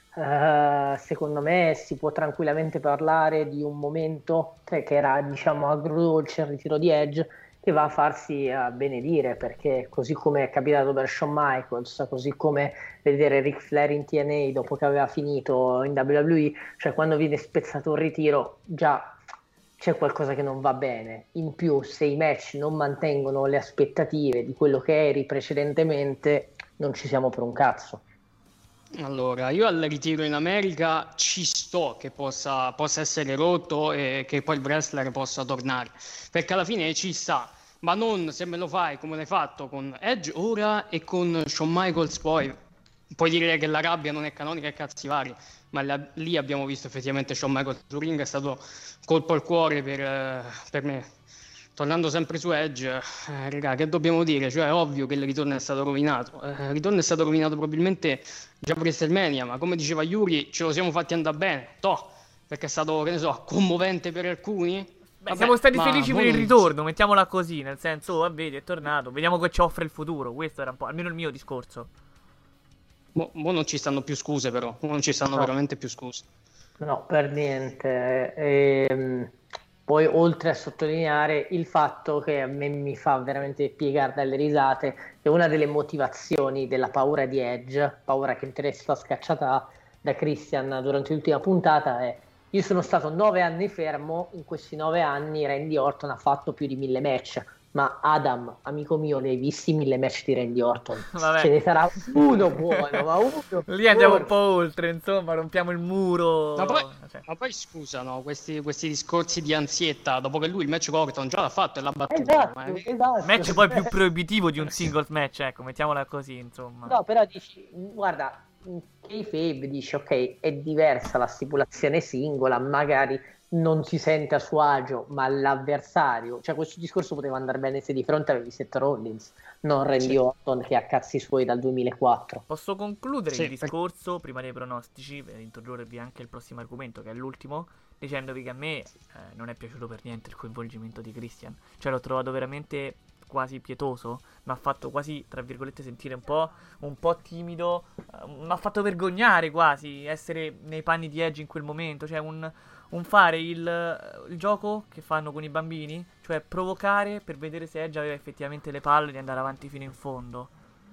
secondo me si può tranquillamente parlare di un momento che era, diciamo, agrodolce il ritiro di Edge, che va a farsi benedire, perché così come è capitato per Shawn Michaels, così come vedere Ric Flair in TNA dopo che aveva finito in WWE, cioè quando viene spezzato un ritiro già c'è qualcosa che non va bene. In più, se i match non mantengono le aspettative di quello che eri precedentemente, non ci siamo per un cazzo. Allora, io al ritiro in America ci sto che possa essere rotto e che poi il wrestler possa tornare, perché alla fine ci sta, ma non se me lo fai come l'hai fatto con Edge ora e con Shawn Michaels poi. Puoi dire che la rabbia non è canonica e cazzi vari, ma lì abbiamo visto effettivamente Shawn Michaels sul ring, è stato colpo al cuore per me. Tornando sempre su Edge, raga, che dobbiamo dire? Cioè, è ovvio che il ritorno è stato rovinato. Il ritorno è stato rovinato probabilmente già per WrestleMania, ma come diceva Yuri, ce lo siamo fatti andare bene. Perché è stato, che ne so, commovente per alcuni. Vabbè, siamo stati ma felici per mo il non- ritorno, mettiamola così, nel senso, vedi, è tornato, vediamo che ci offre il futuro. Questo era un po', almeno il mio discorso. Mo non ci stanno più scuse, però. Mo non ci stanno No. veramente più scuse. No, per niente. Poi oltre a sottolineare il fatto che a me mi fa veramente piegare dalle risate, che una delle motivazioni della paura di Edge, paura che interessa scacciata da Christian durante l'ultima puntata, è: io sono stato 9 anni fermo, in questi 9 anni Randy Orton ha fatto più di 1000 match. Ma Adam, amico mio, ne hai visti 1000 match di Randy Orton? Vabbè. Ce ne sarà uno buono, ma uno. Lì andiamo un forse. po' oltre, insomma, rompiamo il muro. Ma poi scusa, no, questi discorsi di ansietta, dopo che lui il match con Orton già l'ha fatto e l'ha battuto. Esatto. Match poi più proibitivo di un singles match, ecco, mettiamola così, insomma. No, però dici, guarda, in kayfabe dici, ok, è diversa la stipulazione singola, magari non si sente a suo agio, ma l'avversario, cioè questo discorso poteva andare bene se di fronte avevi Seth Rollins, non Randy Sì. Orton che ha cazzi suoi dal 2004. Posso concludere Sì, il discorso prima dei pronostici per introdurvi anche il prossimo argomento, che è l'ultimo, dicendovi che a me non è piaciuto per niente il coinvolgimento di Christian. Cioè l'ho trovato veramente quasi pietoso, mi ha fatto quasi, tra virgolette, sentire un po' timido, mi ha fatto vergognare quasi essere nei panni di Edge in quel momento, cioè un fare il gioco che fanno con i bambini, cioè provocare per vedere se Edge aveva effettivamente le palle di andare avanti fino in fondo.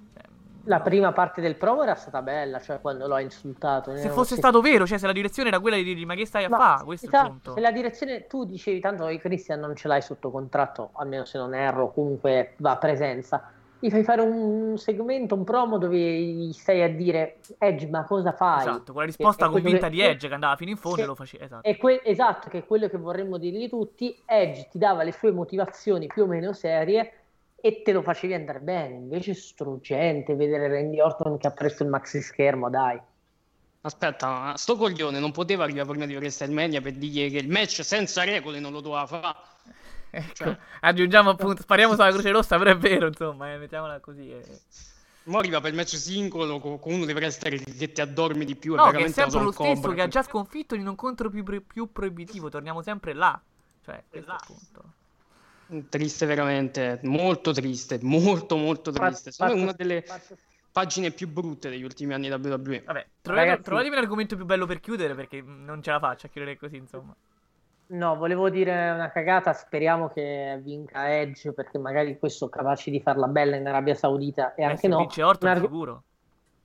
La prima parte del promo era stata bella, cioè quando l'ho insultato. Se fosse stato vero, cioè se la direzione era quella di dirgli ma che stai a fare, questo è il esatto, punto. se la direzione, tu dicevi tanto Christian non ce l'hai sotto contratto, almeno se non erro, comunque va a presenza, gli fai fare un segmento, un promo dove gli stai a dire Edge ma cosa fai? Esatto, con la risposta È quello convinta che- di Edge che andava fino in fondo Sì. e lo faceva. Esatto. Esatto, che è quello che vorremmo dirgli tutti. Edge ti dava le sue motivazioni più o meno serie e te lo facevi andare bene. Invece è struggente vedere Randy Orton che ha preso il maxi schermo, dai. Aspetta, ma sto coglione non poteva arrivare prima di WrestleMania per dirgli che il match senza regole non lo doveva fare. Ecco, aggiungiamo appunto, spariamo sulla Croce Rossa, però è vero, insomma, mettiamola così. Mo arriva per il match singolo con uno dei wrestler che ti addormi di più. No, che è veramente sempre una lo sono stesso, cobra. che ha già sconfitto in un incontro più proibitivo, torniamo sempre là. Cioè, questo è il punto. Triste veramente, molto triste, molto molto triste. Secondo me è una delle pagine più brutte degli ultimi anni WWE. Vabbè, Ragazzi- trovatemi un argomento più bello per chiudere, perché non ce la faccio a chiudere così, insomma. No, volevo dire una cagata, speriamo che vinca Edge perché magari questo capace di farla bella in Arabia Saudita e anche se no. vince Orton, Un arg- sicuro.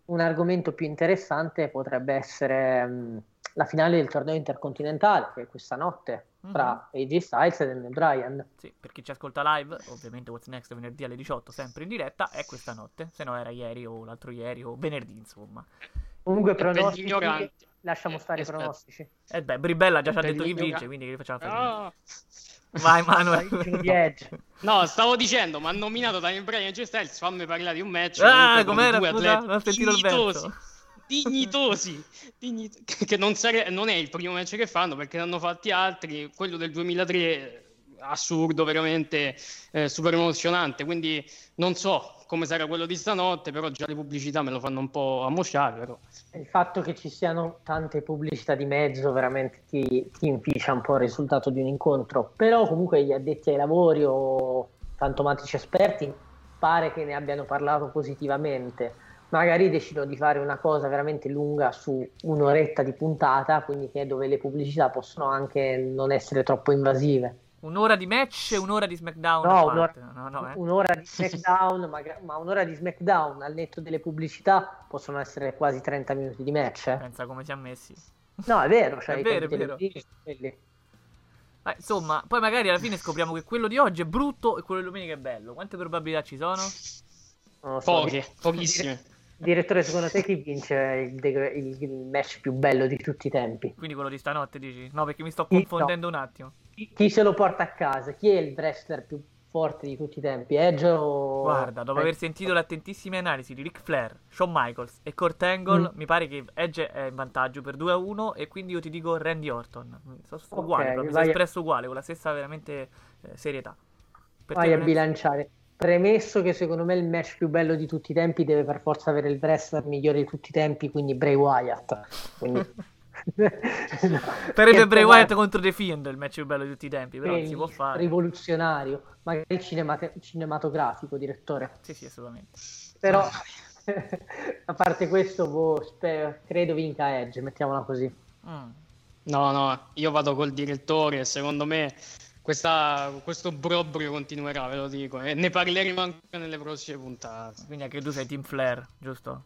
un argomento più interessante potrebbe essere la finale del torneo intercontinentale, che è questa notte, tra AJ Styles e Daniel Bryan. Sì, per chi ci ascolta live, ovviamente What's Next venerdì alle 18, sempre in diretta, è questa notte, se no era ieri o l'altro ieri o venerdì, insomma. Comunque Per gli pronostici, ignoranti. lasciamo stare i pronostici. Bribella già ci ha Per detto chi gli vince, quindi che gli facciamo fare? Ah. Vai Manuel. No, stavo dicendo, ma ha nominato Daniel Bryan e AJ Styles, fammi parlare di un match. Ah, comunque con com'era? due Scusa, atleti non ho sentito il verso. dignitosi, che non è il primo match che fanno, perché ne hanno fatti altri. Quello del 2003 assurdo, veramente super emozionante, quindi non so come sarà quello di stanotte, però già le pubblicità me lo fanno un po' ammosciare. Però Il fatto che ci siano tante pubblicità di mezzo veramente ti inficia un po' il risultato di un incontro, però comunque gli addetti ai lavori o fantomatici esperti pare che ne abbiano parlato positivamente. Magari decidono di fare una cosa veramente lunga su un'oretta di puntata, quindi che dove le pubblicità possono anche non essere troppo invasive. Un'ora di match e un'ora di SmackDown? No, a parte. No, un'ora di SmackDown, ma un'ora di SmackDown al netto delle pubblicità possono essere quasi 30 minuti di match. Pensa come siamo messi. No, è vero, cioè È i vero, tempi è vero. televisivi sono quelli. Insomma, poi magari alla fine scopriamo che quello di oggi è brutto e quello di domenica è bello. Quante probabilità ci sono? Non lo so. pochissime. Direttore, secondo te chi vince il match più bello di tutti i tempi? Quindi quello di stanotte dici? No, perché mi sto confondendo un attimo. Chi se lo porta a casa? Chi è il wrestler più forte di tutti i tempi? Edge o... Guarda, dopo aver sentito le attentissime analisi di Ric Flair, Shawn Michaels e Kurt Angle, mi pare che Edge è in vantaggio per 2-1 e quindi io ti dico Randy Orton. Sono uguale, proprio, si è espresso uguale, con la stessa veramente serietà. Vai a bilanciare. Premesso che secondo me il match più bello di tutti i tempi deve per forza avere il wrestler migliore di tutti i tempi, quindi Bray Wyatt. Quindi... Sarebbe Bray Wyatt contro The Fiend il match più bello di tutti i tempi, però non si può fare. Rivoluzionario, magari cinematografico, direttore. Sì, assolutamente. Però a parte questo, credo vinca Edge, mettiamola così. No, io vado col direttore, secondo me questo brobrio continuerà, ve lo dico, e ne parleremo anche nelle prossime puntate. Quindi anche tu sei Team Flair, giusto?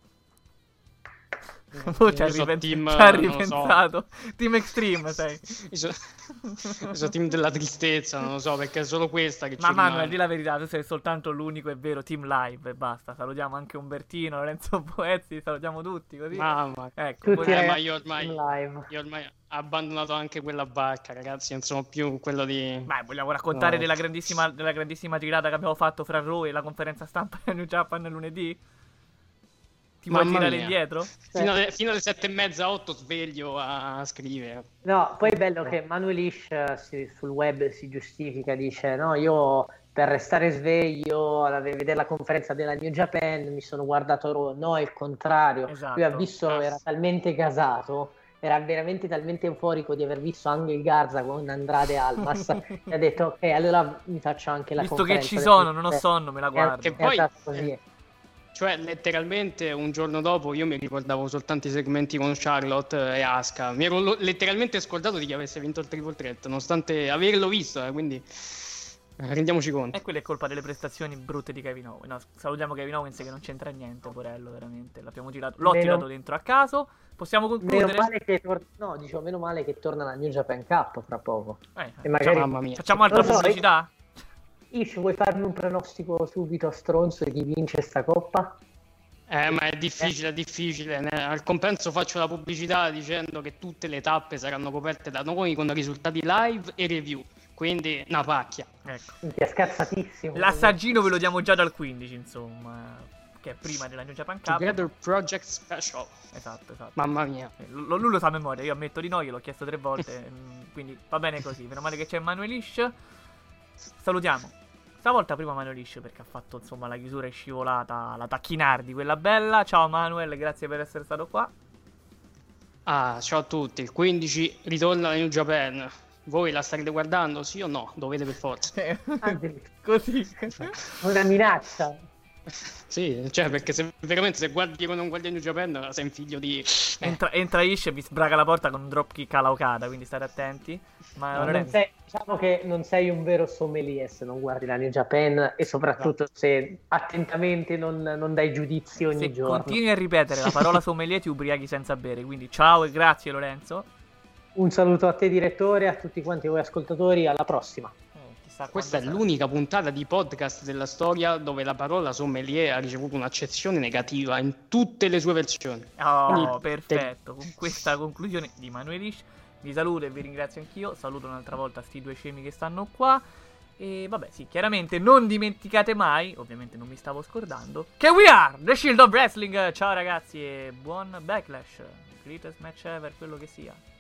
Ci ha ripensato. Team Extreme sei. Io sono team della tristezza, non lo so, perché è solo questa che ma ci Manuel, rimane. di la verità, tu sei soltanto l'unico e vero Team Live e basta. Salutiamo anche Umbertino, Lorenzo Poezzi, salutiamo tutti così. Mamma, ecco, ma io ormai ho abbandonato anche quella barca, ragazzi, non sono più quello di... Beh, vogliamo raccontare della grandissima tirata che abbiamo fatto fra Raw e la conferenza stampa di New Japan lunedì? Ti vuoi tirare indietro? Fino alle 7:30-8 sveglio a scrivere. No, poi è bello che Manuelish sul web si giustifica, dice no, io per restare sveglio a vedere la conferenza della New Japan mi sono guardato Raw. No, è il contrario. Esatto. Lui ha visto, era talmente gasato, era veramente talmente euforico di aver visto Angel Garza con Andrade Almas e ha detto ok, allora mi faccio anche la visto conferenza. Visto che ci sono, non ho sonno, me la guardo. Che poi... Cioè, letteralmente un giorno dopo io mi ricordavo soltanto i segmenti con Charlotte e Asuka. Mi ero letteralmente scordato di chi avesse vinto il Triple Threat, nonostante averlo visto, quindi rendiamoci conto. E quella è colpa delle prestazioni brutte di Kevin Owens. No, salutiamo Kevin Owens che non c'entra niente, porello, veramente. L'abbiamo tirato, tirato dentro a caso. Possiamo concludere? Meno male che torna la New Japan Cup fra poco. E magari mamma mia. Facciamo altra pubblicità? Ish, vuoi farmi un pronostico subito a stronzo di chi vince sta coppa? Ma è difficile. Al compenso faccio la pubblicità dicendo che tutte le tappe saranno coperte da noi con risultati live e review. Quindi una pacchia. Ecco. È scazzatissimo. L'assaggino ve lo diamo già dal 15, insomma. Che è prima della New Japan Cup. Together Project Special. Esatto. Mamma mia. Lui lo sa a memoria, io ammetto di no, gliel'ho chiesto 3 volte. Quindi va bene così. Meno male che c'è Manuelish. Salutiamo stavolta prima Manuelish perché ha fatto insomma la chiusura è scivolata, la tacchinardi, quella bella. Ciao Manuel, grazie per essere stato qua. Ciao a tutti. Il 15 ritorna la New Japan. Voi la starete guardando? Sì o no? Dovete per forza. Così. Una minaccia. Sì, cioè, perché se veramente se guardi o non guardi New Japan sei un figlio di... Entra Ish e vi sbraga la porta con un dropkick alla Okada, quindi state attenti. Ma diciamo che non sei un vero sommelier se non guardi la New Japan e soprattutto se attentamente non dai giudizi ogni giorno. Continui a ripetere la parola sommelier ti ubriachi senza bere, quindi ciao e grazie Lorenzo. Un saluto a te direttore, a tutti quanti voi ascoltatori, alla prossima. Questa è l'unica puntata di podcast della storia dove la parola sommelier ha ricevuto un'accezione negativa in tutte le sue versioni. Oh, perfetto. Con questa conclusione di Manuel Ish vi saluto e vi ringrazio anch'io. Saluto un'altra volta sti due scemi che stanno qua. E vabbè, sì, chiaramente non dimenticate mai, ovviamente non mi stavo scordando, che we are The Shield of Wrestling. Ciao ragazzi e buon Backlash. Greatest match ever, quello che sia.